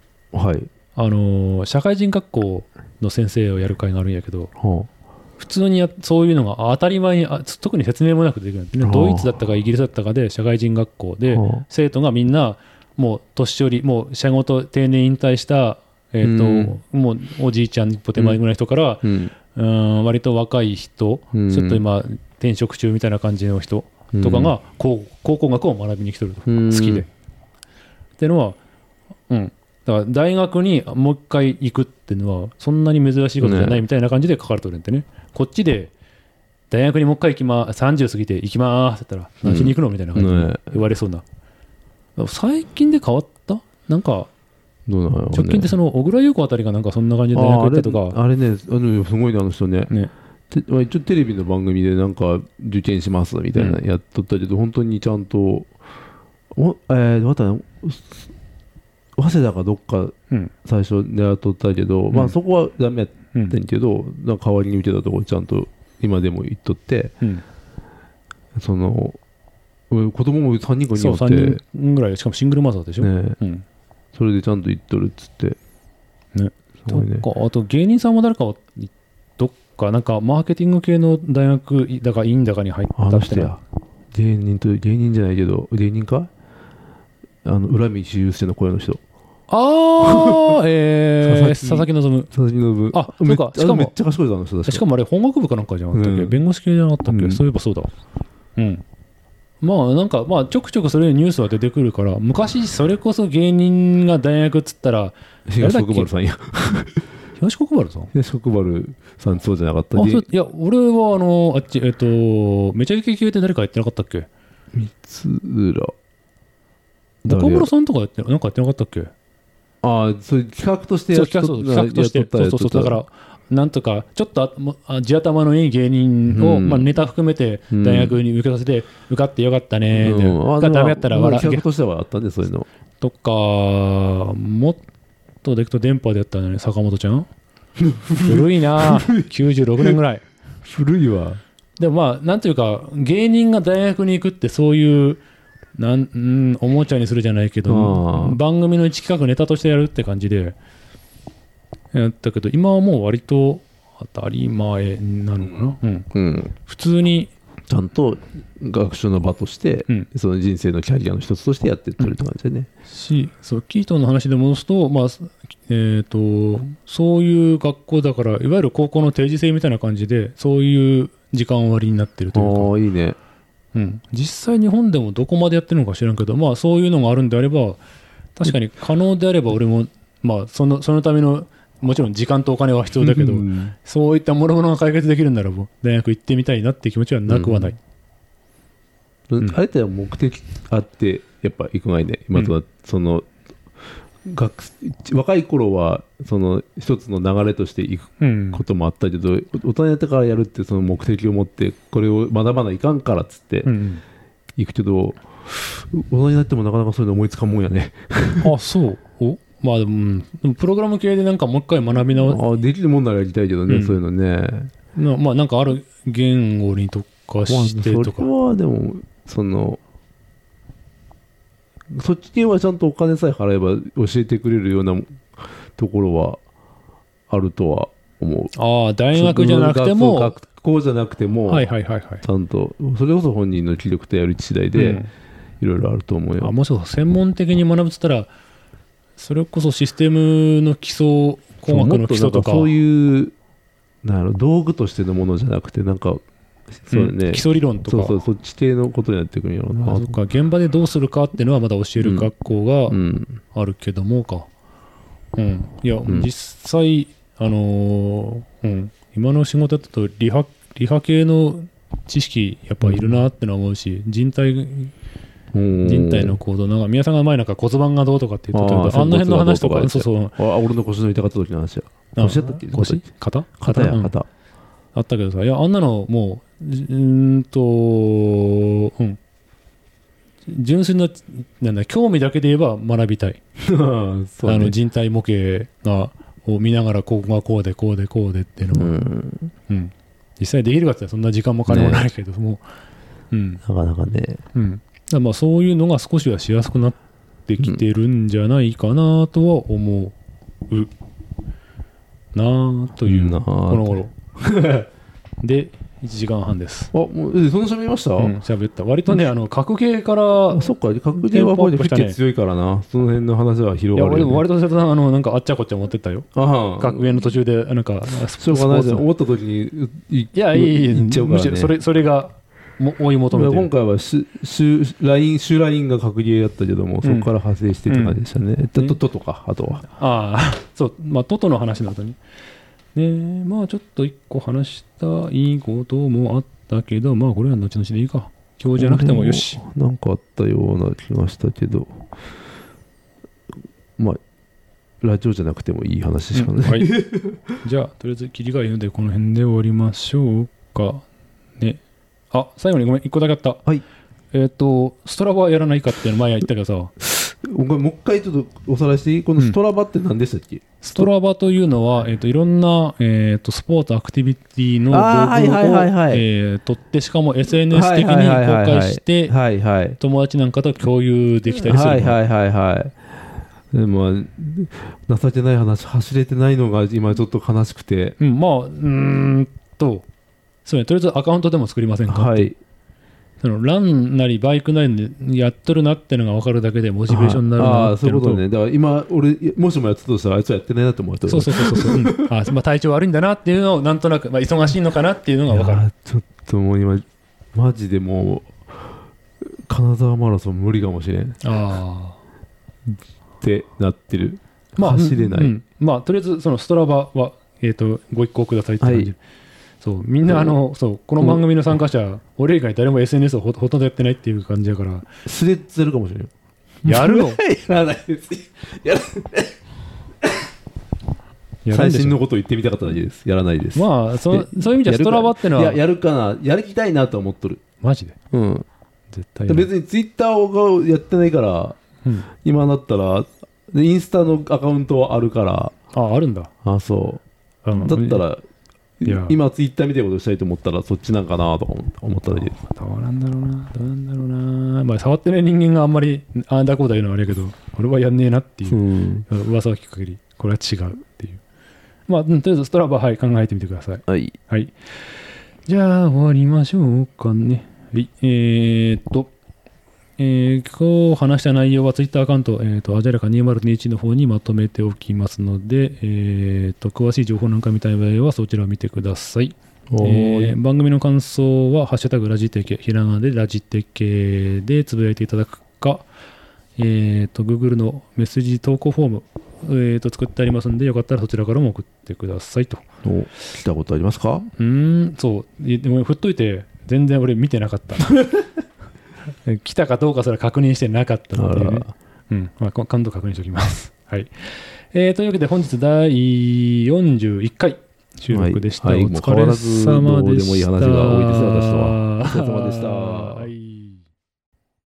社会人学校の先生をやる会があるんやけど、普通にそういうのが当たり前に特に説明もなく出てくるんですね。ドイツだったかイギリスだったかで社会人学校で生徒がみんなもう年寄りもう社ごと定年引退したもうおじいちゃん一歩手前ぐらいの人から割と若い人ちょっと今転職中みたいな感じの人とかが考古学を学びに来てると好きでっていうのはだから大学にもう一回行くっていうのはそんなに珍しいことじゃないみたいな感じで書かれてるんでね。こっちで大学にもう一回30過ぎて行きまーすって言ったら何しに行くのみたいな感じで言われそうな。最近で変わったなんか直近でその小倉優子あたりがなんかそんな感じで大学行ったとかあれねすごいねあの人ね一応テレビの番組でなんか受験しますみたいなやっとったけど本当にちゃんとまた早稲田かどっか最初狙っとったけど、まあそこはダメやったんけど、なんか代わりに受けたところちゃんと今でも言っとって、その子供も3人か2人おって、 3人ぐらいしかもシングルマザーでしょ。 それでちゃんと言っとるっつってね。あと芸人さんも誰かどっかなんかマーケティング系の大学だか院だかに入った人や。 芸人じゃないけど芸人か恨み自由しての声の人。 佐々木希。そうか。しかもめっちゃ賢いだろしかもあれ本学部かなんかじゃなかったっけ、弁護士系じゃなかったっけ、そういえばそうだ。まあなんかちょくちょくそれニュースは出てくるから昔それこそ芸人が大学っつったら東国原さんや。 東国原さんそうじゃなかった。 いや俺はめちゃイケ系って誰かやってなかったっけ。 三浦中村さんとかなんかやってなかったっけ。 そういう企画として企画としてだからなんとかちょっと地頭のいい芸人をネタ含めて大学に受けさせて受かってよかったねがダメやったら企画としてはあったんでそういうのとかもっとでくと電波でやったね坂本ちゃん古いな96年ぐらい。 古いわ。 でもまあなんていうか芸人が大学に行くってそういうおもちゃにするじゃないけど番組の一企画ネタとしてやるって感じでやったけど、今はもう割と当たり前なのかな、うんうん、普通にちゃんと学習の場として、うん、その人生のキャリアの一つとしてやってってるって感じでね、 そうキートンの話で戻すと、まあそういう学校だから、いわゆる高校の定時制みたいな感じでそういう時間割になってるというか。 ああいいね、 うん、実際日本でもどこまでやってるのか知らんけど、まあそういうのがあるんであれば確かに可能であれば俺も、まあ、そのためのもちろん時間とお金は必要だけど、そういった諸々が解決できるんなら大学行ってみたいなっていう気持ちはなくはない、 あれって目的あってやっぱ行く前ね、今とはその、若い頃はその一つの流れとして行くこともあったけど、大人になってからやるってその目的を持ってこれをまだまだいかんからっつって行くけど、大人になってもなかなかそういうの思いつかんもんやね。 あ、そうまあでもプログラム系でなんかもう一回学び直できるもんならやりたいけどね、そういうのね。 まあなんかある言語に特化してとか、 それはでもそっち系はちゃんとお金さえ払えば教えてくれるようなところはあるとは思う。 ああ、大学じゃなくても学校じゃなくても、ちゃんとそれこそ本人の気力とやる次第でいろいろあると思うよ。 もうちょっと専門的に学ぶっつったらそれこそシステムの基礎工学の基礎とか、 そういう道具としてのものじゃなくてなんかそうだね、 基礎理論とかそっち系のことになってくるんやろうな。 そっか、現場でどうするかっていうのはまだ教える学校があるけどもか、いや、実際今の仕事だと理科系の知識やっぱいるなってのは思うし、人体の構造、なんか宮さんが前なんか骨盤がどうとかって言ってたけど、あの辺の話とか、 俺の腰の痛かった時の話や。腰だったっけ？肩あったけどさ、いや、あんなのもう純粋な興味だけで言えば学びたい。そうね、人体模型を見ながらここがこうでこうでこうでっていうのは、実際できるかってそんな時間も金もないけども、 なかなかね、 まあそういうのが少しはしやすくなってきてるんじゃないかなとは思うなというこの頃で1時間半です。 もうそんな喋りました？ 喋った。割とね、格ゲーから、 そっか、格ゲーは結構強いからな、その辺の話は広がるよね。 いや、俺も割となんかあっちゃこっちゃ持ってったよ。格ゲーの途中で、なんか、 しょうがないじゃん。思った時にいっちゃうからね。むしろそれが追い求めてる。 今回は週ラインが格ゲーやったけども、そこから派生してって感じでしたね。トトか、あとは。 そう、まあ、トトの話の後に。まあちょっと一個話したいこともあったけど、まあこれは後々でいいか。今日じゃなくてもよし。 なんかあったような気がしたけど、まあラジオじゃなくてもいい話しかない。 じゃあとりあえず切りがいいのでこの辺で終わりましょうかね。最後にごめん、一個だけあった。 はい。 ストラバやらないかっていうの前言ったけどさ。 もう一回ちょっとおさらいしていい？このストラバって何でしたっけ？ ストラバというのは、いろんな、スポーツアクティビティの動画を撮って、しかも SNS 的に公開して、友達なんかと共有できたりする。 でも情けない話、走れてないのが今ちょっと悲しくて。 そうね、とりあえずアカウントでも作りませんかって。ランなりバイクなりでやっとるなってのが分かるだけでモチベーションになるなって。 そういうことね。だから今俺もしもやってたとしたらあいつはやってないなと思うと。 そう、体調悪いんだなっていうのをなんとなく、忙しいのかなっていうのが分かる。 ちょっともう今マジでもう金沢マラソン無理かもしれんってなってる。走れない。 とりあえずそのストラバはご一行くださいって感じ。そうみんなこの番組の参加者、俺以外誰も SNS をほとんどやってないっていう感じだから。 スレッズやるかもしれない。 やるの？ やらないです。最新のことを言ってみたかっただけです。やらないです。 そういう意味じゃストラバってのはやるかな、やりたいなと思っとる。 マジで？絶対別にツイッターがやってないから、今だったらインスタのアカウントはあるから。 あるんだ。 そう。 だったらいや今ツイッターみたいなことしたいと思ったらそっちなんかなとか思っただけで。 どうなんだろうな、まあ、触ってない人間があんまりああだこうだ言うのはあれやけど、俺はやんねえなっていう噂を聞く限り、これは違うっていう。まあ、とりあえずストラバ、はい、考えてみてください。 はい。 はい。じゃあ、終わりましょうかね。はい。今日話した内容はツイッターアカウント、アジャレカ2021の方にまとめておきますので、詳しい情報なんか見たい場合はそちらを見てください。番組の感想は、ハッシュタグラジテケ、ひらがなでラジテケでつぶやいていただくか、Google のメッセージ投稿フォーム、作ってありますんで、よかったらそちらからも送ってくださいと。 来たことありますか？ そう。でも振っといて、全然俺見てなかった。来たかどうかすら確認してなかったので、ね、まあ、今度確認しておきます。はい。というわけで、本日第41回収録でした。 はい、 お疲れ様でした。 どうでもいい話が多いですね、私とは。お疲れ様でした。 はい。